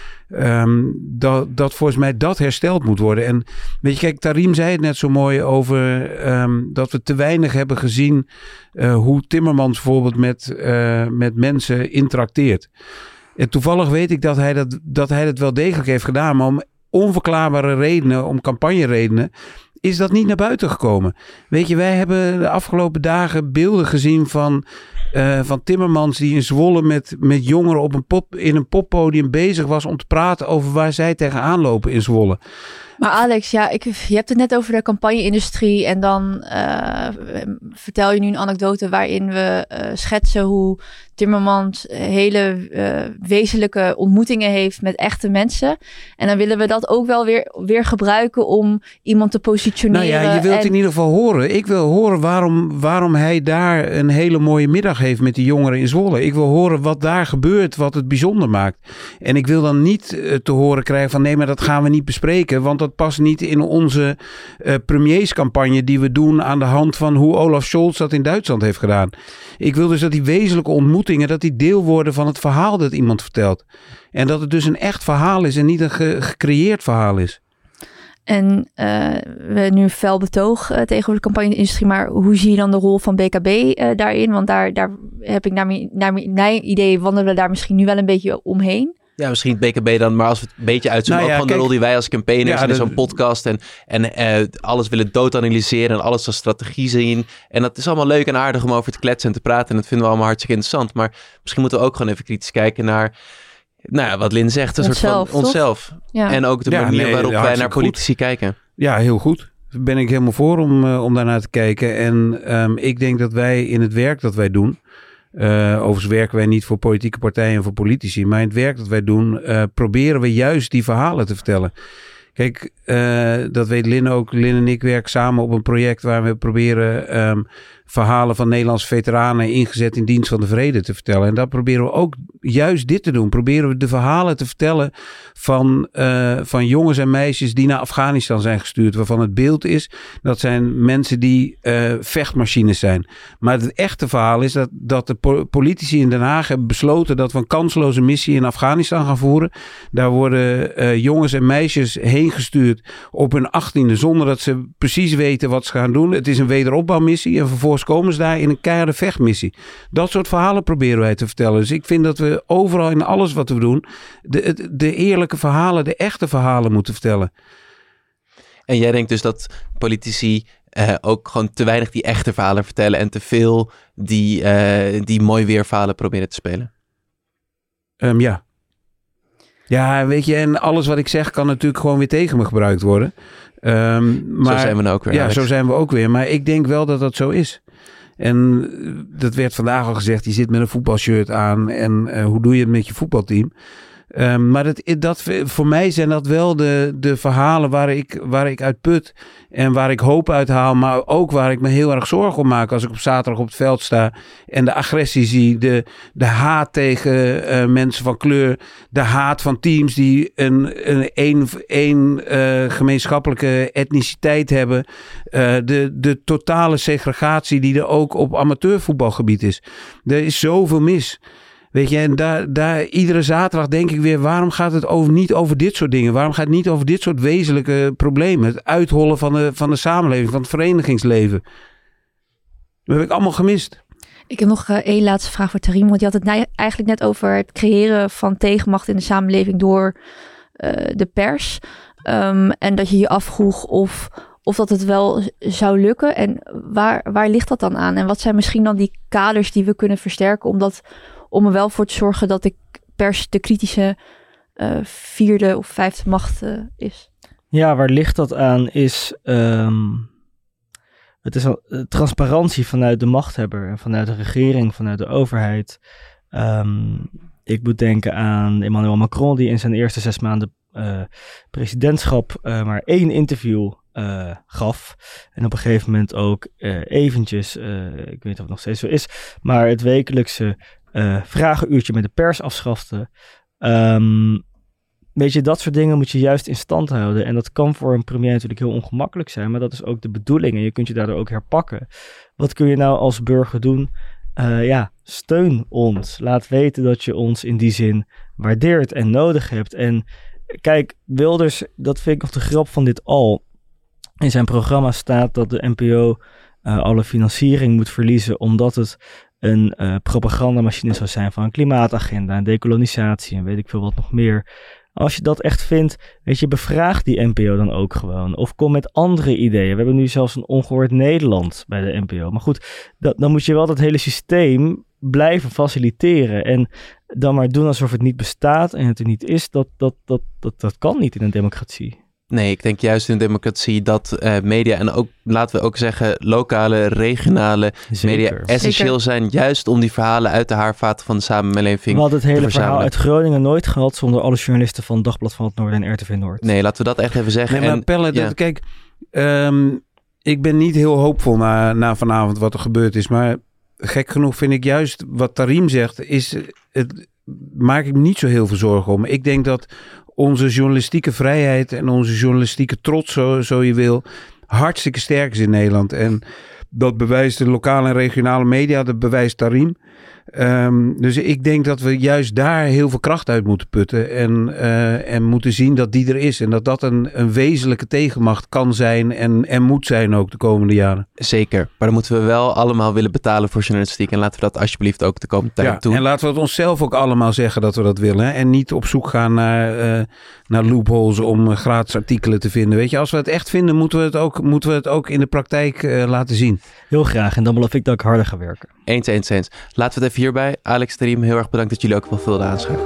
Um, dat, dat volgens mij dat hersteld moet worden. En weet je, kijk, Tarim zei het net zo mooi over um, dat we te weinig hebben gezien uh, hoe Timmermans bijvoorbeeld met, uh, met mensen interacteert. En toevallig weet ik dat hij dat, dat hij dat wel degelijk heeft gedaan, maar om onverklaarbare redenen, om campagneredenen, is dat niet naar buiten gekomen. Weet je, wij hebben de afgelopen dagen beelden gezien van Uh, van Timmermans die in Zwolle met, met jongeren op een pop, in een poppodium bezig was om te praten over waar zij tegenaan lopen in Zwolle. Maar Alex, ja, ik, je hebt het net over de campagne-industrie en dan uh, vertel je nu een anekdote waarin we uh, schetsen hoe Timmermans hele uh, wezenlijke ontmoetingen heeft met echte mensen. En dan willen we dat ook wel weer, weer gebruiken om iemand te positioneren. Nou ja, je wilt en... in ieder geval horen. Ik wil horen waarom, waarom hij daar een hele mooie middag heeft met die jongeren in Zwolle. Ik wil horen wat daar gebeurt, wat het bijzonder maakt. En ik wil dan niet uh, te horen krijgen van nee, maar dat gaan we niet bespreken, want dat past niet in onze uh, premierscampagne die we doen aan de hand van hoe Olaf Scholz dat in Duitsland heeft gedaan. Ik wil dus dat die wezenlijke ontmoetingen, dat die deel worden van het verhaal dat iemand vertelt. En dat het dus een echt verhaal is en niet een ge- gecreëerd verhaal is. En uh, we hebben nu een fel betoog uh, tegenover de campagne-industrie, maar hoe zie je dan de rol van B K B uh, daarin? Want daar, daar heb ik naar mijn, naar mijn idee wandelen we daar misschien nu wel een beetje omheen. Ja, misschien het B K B dan, maar als we het een beetje uitzoomen, nou ja, ook gewoon kijk, de rol die wij als campaigners ja, in zo'n podcast en, en uh, alles willen doodanalyseren en alles als strategie zien. En dat is allemaal leuk en aardig om over te kletsen en te praten en dat vinden we allemaal hartstikke interessant. Maar misschien moeten we ook gewoon even kritisch kijken naar, nou ja, wat Lynn zegt, een onszelf, soort van onszelf. Ja. En ook de ja, manier nee, waarop wij naar politici goed. kijken. Ja, heel goed. Daar ben ik helemaal voor om, uh, om daarnaar te kijken. En um, ik denk dat wij in het werk dat wij doen, Uh, overigens werken wij niet voor politieke partijen en voor politici. Maar in het werk dat wij doen, uh, proberen we juist die verhalen te vertellen. Kijk, uh, dat weet Lynn ook. Lynn en ik werken samen op een project waar we proberen um, verhalen van Nederlandse veteranen ingezet in dienst van de vrede te vertellen. En daar proberen we ook juist dit te doen. Proberen we de verhalen te vertellen van, uh, van jongens en meisjes die naar Afghanistan zijn gestuurd. Waarvan het beeld is, dat zijn mensen die uh, vechtmachines zijn. Maar het echte verhaal is dat, dat de po- politici in Den Haag hebben besloten dat we een kansloze missie in Afghanistan gaan voeren. Daar worden uh, jongens en meisjes heen gestuurd op hun achttiende zonder dat ze precies weten wat ze gaan doen. Het is een wederopbouwmissie en vervolgens komen ze daar in een keiharde vechtmissie. Dat soort verhalen proberen wij te vertellen. Dus ik vind dat we overal in alles wat we doen de, de, de eerlijke verhalen, de echte verhalen moeten vertellen. En jij denkt dus dat politici uh, ook gewoon te weinig die echte verhalen vertellen en te veel die, uh, die mooi weerverhalen proberen te spelen? Um, ja. Ja, weet je, en alles wat ik zeg kan natuurlijk gewoon weer tegen me gebruikt worden. Um, maar, zo zijn we nou ook weer. Ja, Alex. zo zijn we ook weer. Maar ik denk wel dat dat zo is. En dat werd vandaag al gezegd, je zit met een voetbalshirt aan en uh, hoe doe je het met je voetbalteam? Um, maar dat, dat, voor mij zijn dat wel de, de verhalen waar ik, waar ik uit put en waar ik hoop uit haal, maar ook waar ik me heel erg zorgen om maak als ik op zaterdag op het veld sta en de agressie zie, de, de haat tegen uh, mensen van kleur, de haat van teams die een, een, een, een uh, gemeenschappelijke etniciteit hebben, uh, de, de totale segregatie die er ook op amateurvoetbalgebied is. Er is zoveel mis. Weet je, en daar, daar iedere zaterdag denk ik weer, waarom gaat het over, niet over dit soort dingen? Waarom gaat het niet over dit soort wezenlijke problemen? Het uithollen van de, van de samenleving, van het verenigingsleven. Dat heb ik allemaal gemist. Ik heb nog uh, één laatste vraag voor Tarim. Want je had het na- eigenlijk net over het creëren van tegenmacht in de samenleving door uh, de pers. Um, en dat je je afvroeg of, of dat het wel zou lukken. En waar, waar ligt dat dan aan? En wat zijn misschien dan die kaders die we kunnen versterken om, dat, om er wel voor te zorgen dat de pers de kritische uh, vierde of vijfde macht uh, is? Ja, waar ligt dat aan is... Um... Het is al, uh, transparantie vanuit de machthebber en vanuit de regering, vanuit de overheid. Um, ik moet denken aan Emmanuel Macron, die in zijn eerste zes maanden uh, presidentschap uh, maar één interview uh, gaf. En op een gegeven moment ook uh, eventjes, uh, ik weet niet of het nog steeds zo is, maar het wekelijkse uh, vragenuurtje met de pers afschafte. Um, Weet je, dat soort dingen moet je juist in stand houden. En dat kan voor een premier natuurlijk heel ongemakkelijk zijn, maar dat is ook de bedoeling. En je kunt je daardoor ook herpakken. Wat kun je nou als burger doen? Uh, ja, steun ons. Laat weten dat je ons in die zin waardeert en nodig hebt. En kijk, Wilders, dat vind ik nog de grap van dit al. In zijn programma staat dat de N P O uh, alle financiering moet verliezen, omdat het een uh, propagandamachine zou zijn van een klimaatagenda en dekolonisatie en weet ik veel wat nog meer. Als je dat echt vindt, weet je, bevraag die N P O dan ook gewoon. Of kom met andere ideeën. We hebben nu zelfs een ongehoord Nederland bij de N P O. Maar goed, dat, dan moet je wel dat hele systeem blijven faciliteren. En dan maar doen alsof het niet bestaat en het er niet is. Dat, dat, dat, dat, dat kan niet in een democratie. Nee, ik denk juist in een democratie dat uh, media en ook, laten we ook zeggen, lokale, regionale Zeker. media essentieel Zeker. zijn. Juist om die verhalen uit de haarvaten van de samenleving We hadden het hele te verhaal verzamelen. uit Groningen nooit gehad zonder alle journalisten van Dagblad van het Noorden en R T V Noord. Nee, laten we dat echt even zeggen. Nee, maar en, Pelle, ja. dat, kijk, um, ik ben niet heel hoopvol na, na vanavond wat er gebeurd is. Maar gek genoeg vind ik juist wat Tarim zegt, is, het, maak ik me niet zo heel veel zorgen om. Ik denk dat onze journalistieke vrijheid en onze journalistieke trots, zo, zo je wil, hartstikke sterk is in Nederland. En dat bewijst de lokale en regionale media, dat bewijst Tarim. Um, dus ik denk dat we juist daar heel veel kracht uit moeten putten. En, uh, en moeten zien dat die er is. En dat dat een, een wezenlijke tegenmacht kan zijn en, en moet zijn ook de komende jaren. Zeker, maar dan moeten we wel allemaal willen betalen voor journalistiek. En laten we dat alsjeblieft ook de komende tijd Ja, doen. en laten we het onszelf ook allemaal zeggen dat we dat willen. Hè? En niet op zoek gaan naar, uh, naar loopholes om uh, gratis artikelen te vinden. Weet je, als we het echt vinden, moeten we het ook, moeten we het ook in de praktijk uh, laten zien. Heel graag. En dan beloof ik dat ik harder ga werken. Eens, eens, eens. Laten we het even hierbij. Alex, Tarim, heel erg bedankt dat jullie ook wel wilden aanschuiven.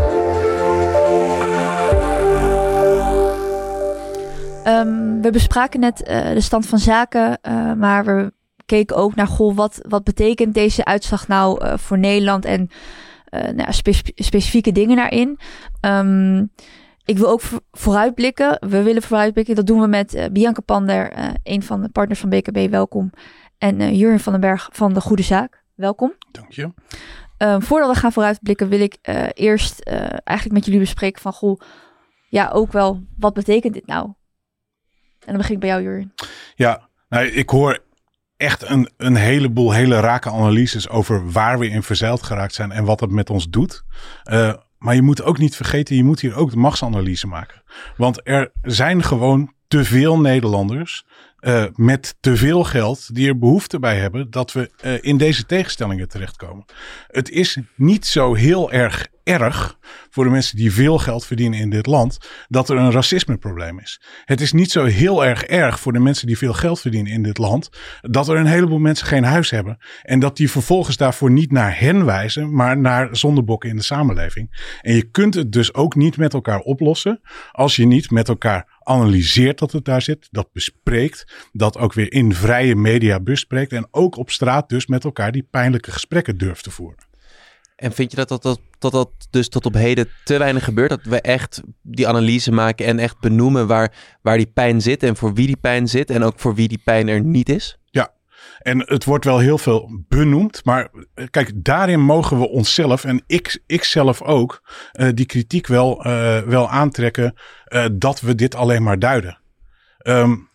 Um, we bespraken net uh, de stand van zaken, uh, maar we keken ook naar, goh, wat, wat betekent deze uitslag nou uh, voor Nederland en uh, nou ja, spe- specifieke dingen daarin. Um, ik wil ook vo- vooruitblikken. We willen vooruitblikken. Dat doen we met uh, Bianca Pander, uh, een van de partners van B K B. Welkom. En uh, Jurjen van den Berg van De Goede Zaak. Welkom. Dank je. Uh, voordat we gaan vooruitblikken wil ik uh, eerst uh, eigenlijk met jullie bespreken van, goh, ja, ook wel, wat betekent dit nou? En dan begin ik bij jou, Jurjen. Ja, nou, ik hoor echt een, een heleboel hele rake analyses over waar we in verzeild geraakt zijn en wat het met ons doet. Uh, maar je moet ook niet vergeten, je moet hier ook de machtsanalyse maken. Want er zijn gewoon te veel Nederlanders uh, met te veel geld die er behoefte bij hebben dat we uh, in deze tegenstellingen terechtkomen. Het is niet zo heel erg erg voor de mensen die veel geld verdienen in dit land dat er een racismeprobleem is. Het is niet zo heel erg erg voor de mensen die veel geld verdienen in dit land dat er een heleboel mensen geen huis hebben en dat die vervolgens daarvoor niet naar hen wijzen, maar naar zondebokken in de samenleving. En je kunt het dus ook niet met elkaar oplossen als je niet met elkaar analyseert dat het daar zit, dat bespreekt, dat ook weer in vrije media bespreekt en ook op straat dus met elkaar die pijnlijke gesprekken durft te voeren. En vind je dat dat, dat, dat dat dus tot op heden te weinig gebeurt? Dat we echt die analyse maken en echt benoemen waar, waar die pijn zit en voor wie die pijn zit en ook voor wie die pijn er niet is? Ja, en het wordt wel heel veel benoemd, maar kijk, daarin mogen we onszelf en ik, ik zelf ook uh, die kritiek wel, uh, wel aantrekken uh, dat we dit alleen maar duiden. Um,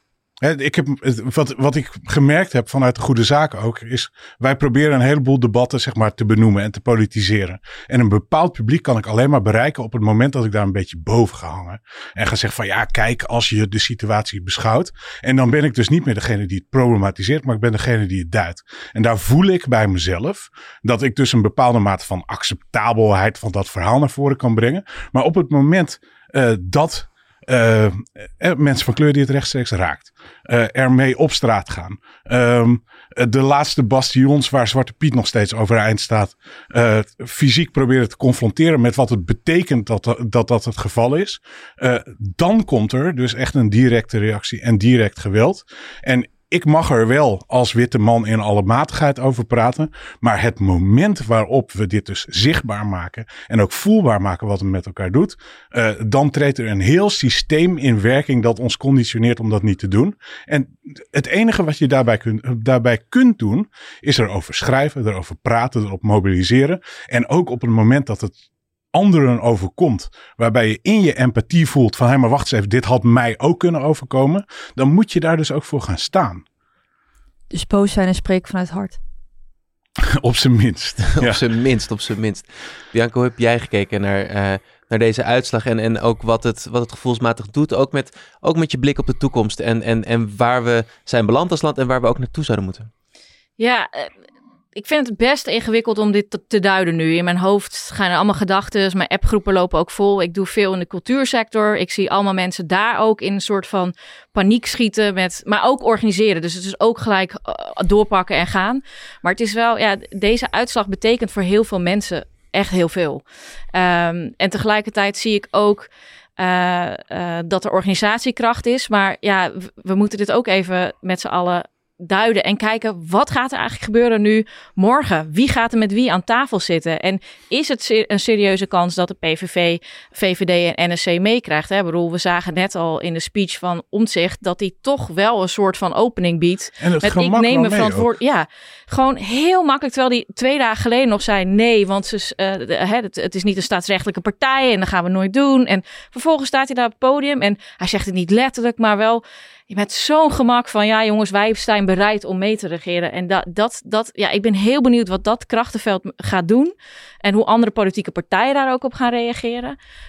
He, ik heb, wat, wat ik gemerkt heb vanuit de Goede Zaken ook, is wij proberen een heleboel debatten zeg maar te benoemen en te politiseren. En een bepaald publiek kan ik alleen maar bereiken op het moment dat ik daar een beetje boven ga hangen. En ga zeggen van ja, kijk, als je de situatie beschouwt. En dan ben ik dus niet meer degene die het problematiseert, maar ik ben degene die het duidt. En daar voel ik bij mezelf dat ik dus een bepaalde mate van acceptabelheid van dat verhaal naar voren kan brengen. Maar op het moment uh, dat Uh, uh, mensen van kleur die het rechtstreeks raakt. Uh, ermee op straat gaan. Um, uh, de laatste bastions waar Zwarte Piet nog steeds overeind staat. Uh, fysiek proberen te confronteren met wat het betekent dat dat, dat het geval is. Uh, dan komt er dus echt een directe reactie en direct geweld. En ik mag er wel als witte man in alle matigheid over praten. Maar het moment waarop we dit dus zichtbaar maken. En ook voelbaar maken wat het met elkaar doet. Uh, dan treedt er een heel systeem in werking dat ons conditioneert om dat niet te doen. En het enige wat je daarbij kunt, daarbij kunt doen. Is erover schrijven, erover praten, erop mobiliseren. En ook op het moment dat het anderen overkomt, waarbij je in je empathie voelt van hé, maar wacht eens even, dit had mij ook kunnen overkomen, dan moet je daar dus ook voor gaan staan. Dus boos zijn en spreken vanuit het hart. Op zijn minst. op Ja. zijn minst, op zijn minst. Bianca, hoe heb jij gekeken naar, uh, naar deze uitslag en, en ook wat het, wat het gevoelsmatig doet, ook met, ook met je blik op de toekomst en, en, en waar we zijn beland als land en waar we ook naartoe zouden moeten? Ja, uh, ik vind het best ingewikkeld om dit te, te duiden nu. In mijn hoofd gaan er allemaal gedachten. Mijn appgroepen lopen ook vol. Ik doe veel in de cultuursector. Ik zie allemaal mensen daar ook in een soort van paniek schieten. Met, maar ook organiseren. Dus het is ook gelijk uh, doorpakken en gaan. Maar het is wel, ja, deze uitslag betekent voor heel veel mensen echt heel veel. Um, en tegelijkertijd zie ik ook uh, uh, dat er organisatiekracht is. Maar ja, w- we moeten dit ook even met z'n allen duiden en kijken, wat gaat er eigenlijk gebeuren nu morgen? Wie gaat er met wie aan tafel zitten? En is het ser- een serieuze kans dat de P V V, V V D en N S C meekrijgt? Hè? Ik bedoel, we zagen net al in de speech van Omtzigt dat hij toch wel een soort van opening biedt. En het met gemak ik neem wel me mee verantwoord- Ja, gewoon heel makkelijk. Terwijl hij twee dagen geleden nog zei nee, want ze, uh, de, hè, het, het is niet een staatsrechtelijke partij en dat gaan we nooit doen. En vervolgens staat hij daar op het podium en hij zegt het niet letterlijk, maar wel met zo'n gemak van ja jongens, wij zijn bereid om mee te regeren. En dat, dat, dat, ja, ik ben heel benieuwd wat dat krachtenveld gaat doen. En hoe andere politieke partijen daar ook op gaan reageren.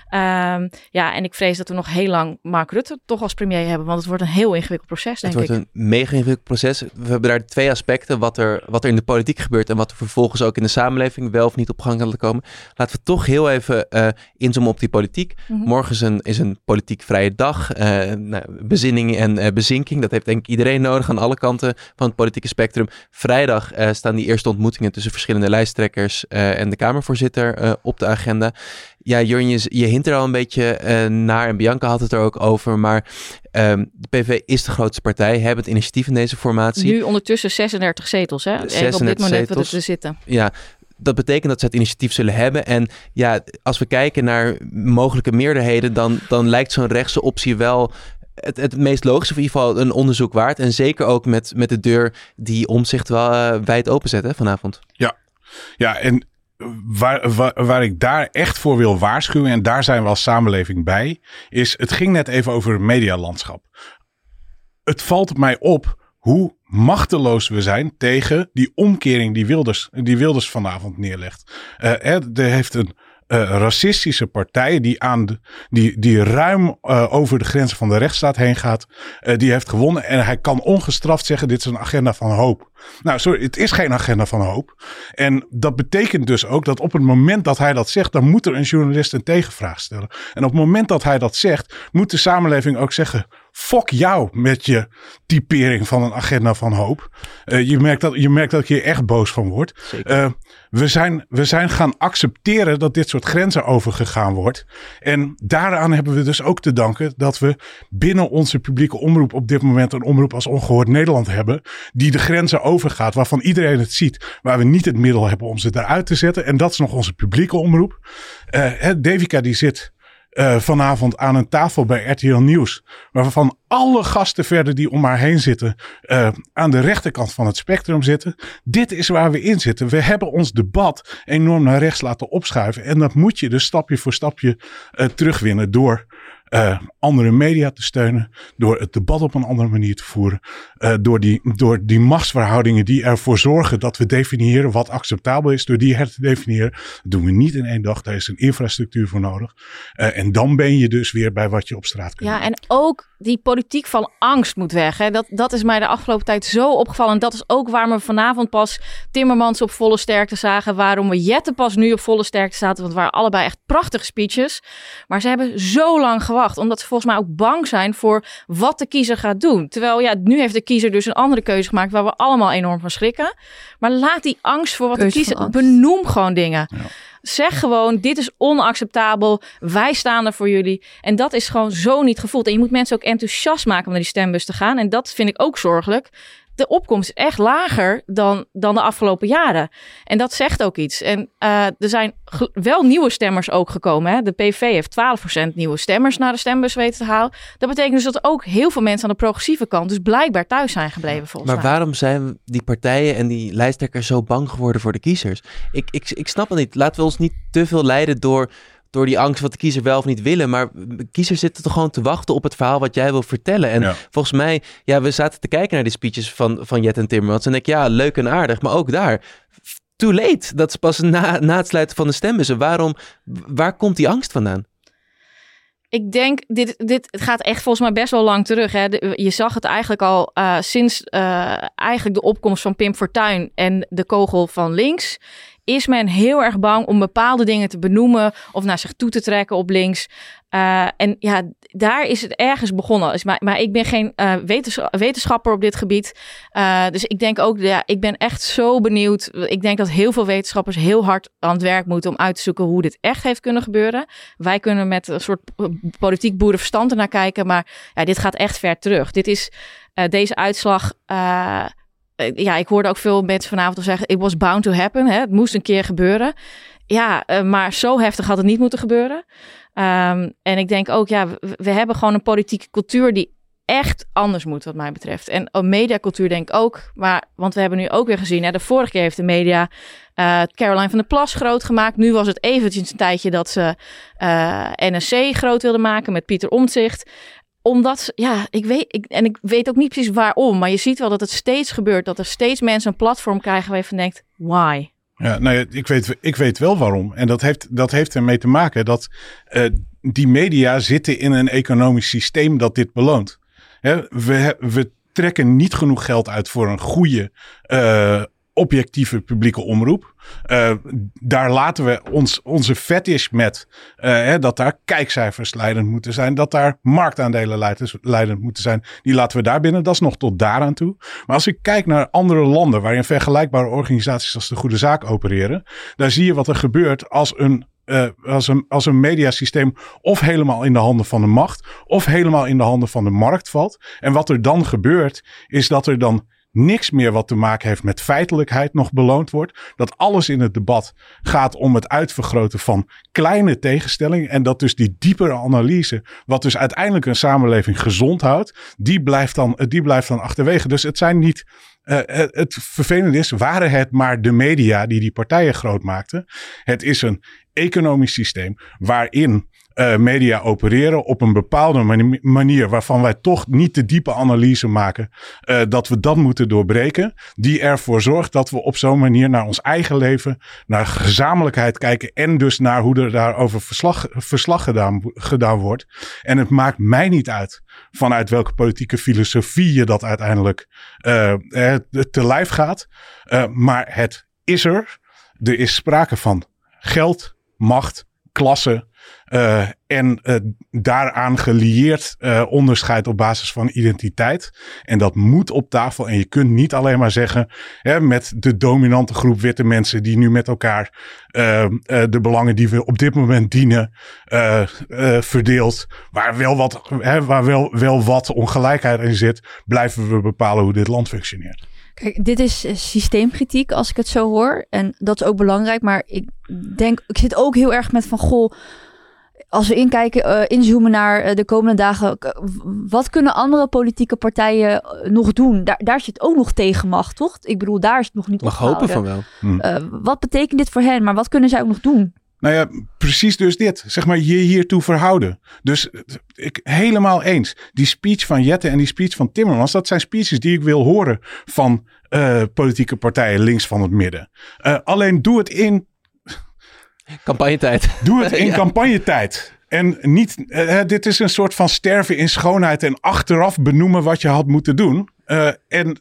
Um, ja, en ik vrees dat we nog heel lang Mark Rutte toch als premier hebben. Want het wordt een heel ingewikkeld proces, denk ik. Het wordt een mega ingewikkeld proces. We hebben daar twee aspecten. Wat er, wat er in de politiek gebeurt en wat er vervolgens ook in de samenleving wel of niet op gang kan komen. Laten we toch heel even uh, inzoomen op die politiek. Mm-hmm. Morgen is een, is een politiek vrije dag. Uh, nou, bezinning en uh, bezinking. Dat heeft denk ik iedereen nodig aan alle kanten van het politieke spectrum. Vrijdag uh, staan die eerste ontmoetingen tussen verschillende lijsttrekkers uh, en de Kamervoorzitter uh, op de agenda. Ja, Jurjen, je, je hint er al een beetje uh, naar en Bianca had het er ook over, maar um, de P V V is de grootste partij, hebben het initiatief in deze formatie. Nu ondertussen zesendertig zetels, hè? Even op dit moment wat er zitten. Ja, dat betekent dat ze het initiatief zullen hebben. En ja, als we kijken naar mogelijke meerderheden, dan, dan lijkt zo'n rechtse optie wel Het, het meest logische, of in ieder geval een onderzoek waard. En zeker ook met, met de deur die Omtzigt wel uh, wijd openzet hè, vanavond. Ja, ja en waar, waar, waar ik daar echt voor wil waarschuwen, en daar zijn we als samenleving bij, is het ging net even over het medialandschap. Het valt mij op hoe machteloos we zijn tegen die omkering die Wilders, die Wilders vanavond neerlegt. Uh, er heeft een Uh, racistische partij die, aan de, die, die ruim uh, over de grenzen van de rechtsstaat heen gaat, uh, die heeft gewonnen. En hij kan ongestraft zeggen, dit is een agenda van hoop. Nou, sorry, het is geen agenda van hoop. En dat betekent dus ook dat op het moment dat hij dat zegt, dan moet er een journalist een tegenvraag stellen. En op het moment dat hij dat zegt, moet de samenleving ook zeggen, fuck jou met je typering van een agenda van hoop. Uh, je, merkt dat, je merkt dat ik hier echt boos van word. Uh, we, zijn, we zijn gaan accepteren dat dit soort grenzen overgegaan wordt. En daaraan hebben we dus ook te danken dat we binnen onze publieke omroep op dit moment een omroep als Ongehoord Nederland hebben, die de grenzen overgaat, waarvan iedereen het ziet, waar we niet het middel hebben om ze eruit te zetten. En dat is nog onze publieke omroep. Uh, Devika die zit Uh, vanavond aan een tafel bij R T L Nieuws, waarvan alle gasten verder die om haar heen zitten uh, aan de rechterkant van het spectrum zitten. Dit is waar we in zitten. We hebben ons debat enorm naar rechts laten opschuiven en dat moet je dus stapje voor stapje uh, terugwinnen door uh, andere media te steunen, door het debat op een andere manier te voeren, uh, door, die, door die machtsverhoudingen die ervoor zorgen dat we definiëren wat acceptabel is, door die her te definiëren. Dat doen we niet in één dag, daar is een infrastructuur voor nodig. Uh, en dan ben je dus weer bij wat je op straat kunt Ja, doen. en ook die politiek van angst moet weg. Hè. Dat, dat is mij de afgelopen tijd zo opgevallen. En dat is ook waarom we vanavond pas Timmermans op volle sterkte zagen. Waarom we Jette pas nu op volle sterkte zaten. Want het waren allebei echt prachtige speeches. Maar ze hebben zo lang gewacht. Omdat ze volgens mij ook bang zijn voor wat de kiezer gaat doen. Terwijl ja, nu heeft de kiezer dus een andere keuze gemaakt. Waar we allemaal enorm van schrikken. Maar laat die angst voor wat Keuze de kiezer... van angst. Benoem gewoon dingen. Ja. Zeg gewoon, dit is onacceptabel. Wij staan er voor jullie. En dat is gewoon zo niet gevoeld. En je moet mensen ook enthousiast maken om naar die stembus te gaan. En dat vind ik ook zorgelijk. De opkomst is echt lager dan, dan de afgelopen jaren. En dat zegt ook iets. En uh, er zijn ge- wel nieuwe stemmers ook gekomen. Hè? De P V V heeft twaalf procent nieuwe stemmers naar de stembus weten te halen. Dat betekent dus dat er ook heel veel mensen aan de progressieve kant dus blijkbaar thuis zijn gebleven volgens Maar mij. waarom zijn die partijen en die lijsttrekkers zo bang geworden voor de kiezers? Ik, ik, ik snap het niet. Laten we ons niet te veel leiden door, door die angst wat de kiezer wel of niet willen. Maar kiezers zitten toch gewoon te wachten op het verhaal wat jij wil vertellen. En Ja. volgens mij, ja, we zaten te kijken naar die speeches van, van Jette en Timmermans. En denk ik, ja, leuk en aardig. Maar ook daar, too late. Dat is pas na, na het sluiten van de stembussen. Waarom, waar komt die angst vandaan? Ik denk, dit, dit het gaat echt volgens mij best wel lang terug. Hè. De, je zag het eigenlijk al uh, sinds uh, eigenlijk de opkomst van Pim Fortuyn en de kogel van links. Is men heel erg bang om bepaalde dingen te benoemen of naar zich toe te trekken op links. Uh, en ja, daar is het ergens begonnen. Maar, maar ik ben geen uh, wetens- wetenschapper op dit gebied. Uh, dus ik denk ook, ja, ik ben echt zo benieuwd. Ik denk dat heel veel wetenschappers heel hard aan het werk moeten om uit te zoeken hoe dit echt heeft kunnen gebeuren. Wij kunnen met een soort politiek boerenverstand ernaar kijken. Maar ja, dit gaat echt ver terug. Dit is uh, deze uitslag... Uh, Ja, ik hoorde ook veel mensen vanavond al zeggen, it was bound to happen. Hè? Het moest een keer gebeuren. Ja, uh, maar zo heftig had het niet moeten gebeuren. Um, en ik denk ook, ja, we, we hebben gewoon een politieke cultuur die echt anders moet wat mij betreft. En een mediacultuur denk ik ook. Maar, want we hebben nu ook weer gezien, hè, de vorige keer heeft de media uh, Caroline van der Plas groot gemaakt. Nu was het eventjes een tijdje dat ze uh, N S C groot wilden maken met Pieter Omtzigt. Omdat, ja, ik weet, ik, en ik weet ook niet precies waarom, maar je ziet wel dat het steeds gebeurt, dat er steeds mensen een platform krijgen waar je van denkt, why? Ja, nou ja, ik weet, ik weet wel waarom. En dat heeft, dat heeft ermee te maken dat uh, die media zitten in een economisch systeem dat dit beloont. Hè, we, we trekken niet genoeg geld uit voor een goede, uh, objectieve publieke omroep. Uh, daar laten we ons, onze fetish met uh, hè, dat daar kijkcijfers leidend moeten zijn, dat daar marktaandelen leidend, leidend moeten zijn. Die laten we daar binnen. Dat is nog tot daaraan toe. Maar als ik kijk naar andere landen waarin vergelijkbare organisaties als de Goede Zaak opereren, daar zie je wat er gebeurt als een Uh, als een, als een mediasysteem of helemaal in de handen van de macht of helemaal in de handen van de markt valt. En wat er dan gebeurt is dat er dan niks meer wat te maken heeft met feitelijkheid nog beloond wordt. Dat alles in het debat gaat om het uitvergroten van kleine tegenstellingen. En dat dus die diepere analyse, wat dus uiteindelijk een samenleving gezond houdt, die blijft dan, die blijft dan achterwege. Dus het zijn niet... Uh, het vervelende is, waren het maar de media die die partijen groot maakten. Het is een economisch systeem waarin uh, media opereren op een bepaalde mani- manier waarvan wij toch niet de diepe analyse maken, uh, dat we dat moeten doorbreken, die ervoor zorgt dat we op zo'n manier naar ons eigen leven, naar gezamenlijkheid kijken en dus naar hoe er daarover verslag, verslag gedaan, gedaan wordt. En het maakt mij niet uit vanuit welke politieke filosofie je dat uiteindelijk uh, te lijf gaat. Uh, maar het is er. Er is sprake van geld, macht, klasse uh, en uh, daaraan gelieerd uh, onderscheid op basis van identiteit. En dat moet op tafel. En je kunt niet alleen maar zeggen, hè, met de dominante groep witte mensen die nu met elkaar uh, uh, de belangen die we op dit moment dienen uh, uh, verdeelt, waar wel wat, hè, waar wel, wel wat ongelijkheid in zit, blijven we bepalen hoe dit land functioneert. Kijk, dit is systeemkritiek als ik het zo hoor. En dat is ook belangrijk. Maar ik denk, ik zit ook heel erg met van, goh, als we inkijken, uh, inzoomen naar uh, de komende dagen, wat kunnen andere politieke partijen uh, nog doen? Daar, daar zit ook nog tegenmacht, toch? Ik bedoel, daar is het nog niet Mag opgehouden. hopen van wel. Hmm. Uh, wat betekent dit voor hen? Maar wat kunnen zij ook nog doen? Nou ja, precies dus dit. Zeg maar, je hiertoe verhouden. Dus ik helemaal eens. Die speech van Jette en die speech van Timmermans, dat zijn speeches die ik wil horen van uh, politieke partijen links van het midden. Uh, alleen doe het in... Campagnetijd. Doe het in ja. campagnetijd. En niet, uh, dit is een soort van sterven in schoonheid en achteraf benoemen wat je had moeten doen. Uh, en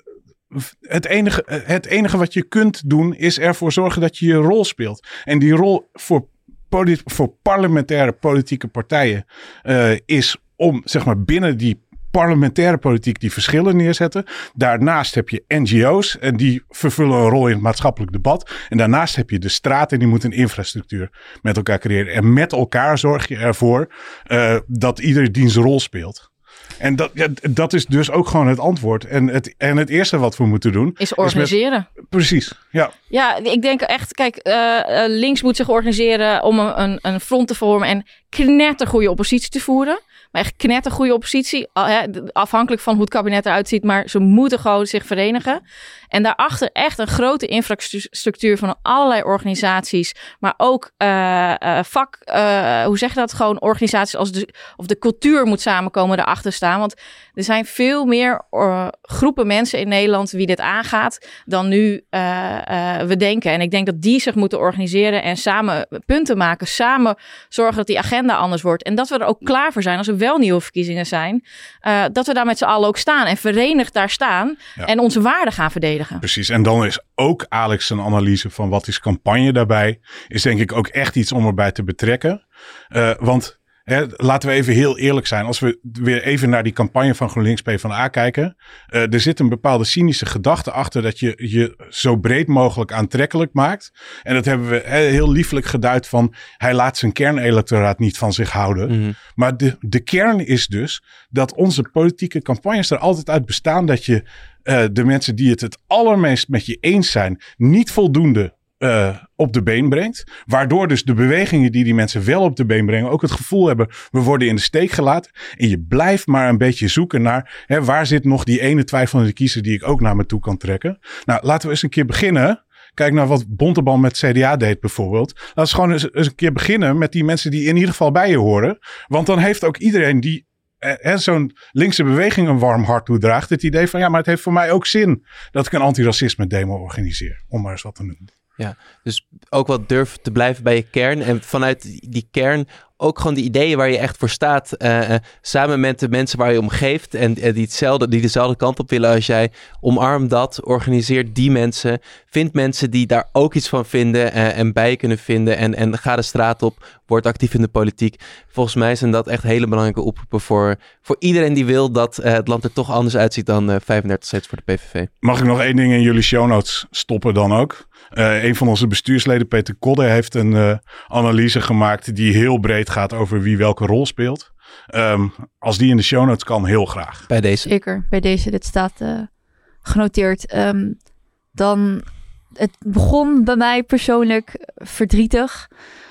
het enige, het enige wat je kunt doen is ervoor zorgen dat je je rol speelt. En die rol voor, politi- voor parlementaire politieke partijen uh, is om, zeg maar, binnen die parlementaire politiek die verschillen neerzetten. Daarnaast heb je N G O's en die vervullen een rol in het maatschappelijk debat. En daarnaast heb je de straat en die moet een infrastructuur met elkaar creëren. En met elkaar zorg je ervoor uh, dat ieder diens rol speelt. En dat, ja, dat is dus ook gewoon het antwoord. En het, en het eerste wat we moeten doen... Is organiseren. Is met, precies, ja. Ja, ik denk echt, kijk, uh, links moet zich organiseren om een, een, een front te vormen en knettergoeie oppositie te voeren. Maar echt knettergoeie oppositie, afhankelijk van hoe het kabinet eruit ziet. Maar ze moeten gewoon zich verenigen. En daarachter echt een grote infrastructuur van allerlei organisaties. Maar ook uh, uh, vak, uh, hoe zeg je dat? Gewoon organisaties als de, of de cultuur moet samenkomen daarachter staan. Want er zijn veel meer uh, groepen mensen in Nederland wie dit aangaat dan nu uh, uh, we denken. En ik denk dat die zich moeten organiseren en samen punten maken. Samen zorgen dat die agenda anders wordt. En dat we er ook klaar voor zijn als er wel nieuwe verkiezingen zijn. Uh, dat we daar met z'n allen ook staan en verenigd daar staan. Ja. En onze waarden gaan verdedigen. Precies, en dan is ook Alex zijn analyse van wat is campagne daarbij, is denk ik ook echt iets om erbij te betrekken. Uh, want hè, laten we even heel eerlijk zijn, als we weer even naar die campagne van GroenLinks PvdA kijken. Uh, er zit een bepaalde cynische gedachte achter dat je je zo breed mogelijk aantrekkelijk maakt. En dat hebben we hè, heel liefelijk geduid van hij laat zijn kernelectoraat niet van zich houden. Mm-hmm. Maar de, de kern is dus dat onze politieke campagnes er altijd uit bestaan dat je Uh, de mensen die het het allermeest met je eens zijn, niet voldoende uh, op de been brengt. Waardoor dus de bewegingen die die mensen wel op de been brengen ook het gevoel hebben, we worden in de steek gelaten. En je blijft maar een beetje zoeken naar, hè, waar zit nog die ene twijfelende kiezer die ik ook naar me toe kan trekken. Nou, laten we eens een keer beginnen. Kijk naar wat Bontebal met C D A deed bijvoorbeeld. Laten we gewoon eens, eens een keer beginnen met die mensen die in ieder geval bij je horen. Want dan heeft ook iedereen die en zo'n linkse beweging een warm hart toedraagt. Het idee van ja, maar het heeft voor mij ook zin dat ik een antiracisme demo organiseer. Om maar eens wat te noemen. Ja, dus ook wat durf te blijven bij je kern. En vanuit die kern ook gewoon die ideeën waar je echt voor staat. Uh, uh, samen met de mensen waar je om geeft. En uh, die, hetzelfde, die dezelfde kant op willen als jij. Omarm dat. Organiseer die mensen. Vind mensen die daar ook iets van vinden. Uh, en bij kunnen vinden. En, en ga de straat op. Word actief in de politiek. Volgens mij zijn dat echt hele belangrijke oproepen voor, voor iedereen die wil dat uh, het land er toch anders uitziet dan uh, vijfendertig zetels voor de P V V. Mag ik nog één ding in jullie show notes stoppen dan ook? Uh, een van onze bestuursleden, Peter Kodde, heeft een uh, analyse gemaakt die heel breed gaat over wie welke rol speelt. Um, als die in de show notes kan, heel graag. Bij deze? Zeker, bij deze. Dit staat uh, genoteerd. Um, dan, het begon bij mij persoonlijk verdrietig.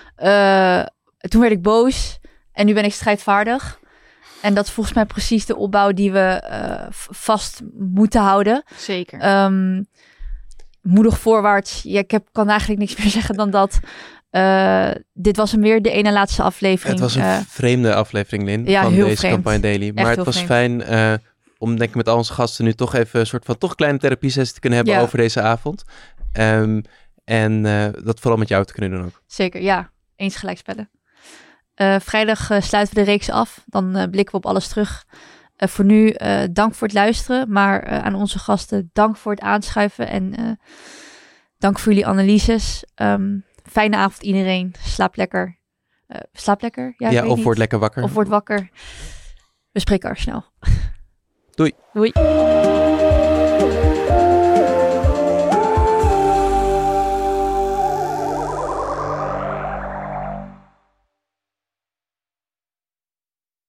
Uh, toen werd ik boos en nu ben ik strijdvaardig. En dat is volgens mij precies de opbouw die we uh, vast moeten houden. Zeker. Um, moedig voorwaarts. Ja, ik heb, kan eigenlijk niks meer zeggen dan dat. Uh, dit was hem weer, de ene laatste aflevering. Het was een uh, vreemde aflevering, Lin, ja, van heel deze vreemd. Campagne Daily. Maar Echt het was vreemd. fijn uh, om denk ik met al onze gasten nu toch even een soort van toch kleine therapiesessie te kunnen hebben ja. over deze avond. Um, en uh, dat vooral met jou te kunnen doen ook. Zeker, ja. Eens gelijkspellen. Uh, vrijdag uh, sluiten we de reeks af. Dan uh, blikken we op alles terug. Uh, voor nu, uh, dank voor het luisteren. Maar uh, aan onze gasten, dank voor het aanschuiven. En uh, dank voor jullie analyses. Um, fijne avond iedereen. Slaap lekker. Uh, slaap lekker? Ja, ja of word lekker wakker. Of word wakker. We spreken er snel. Doei. Doei.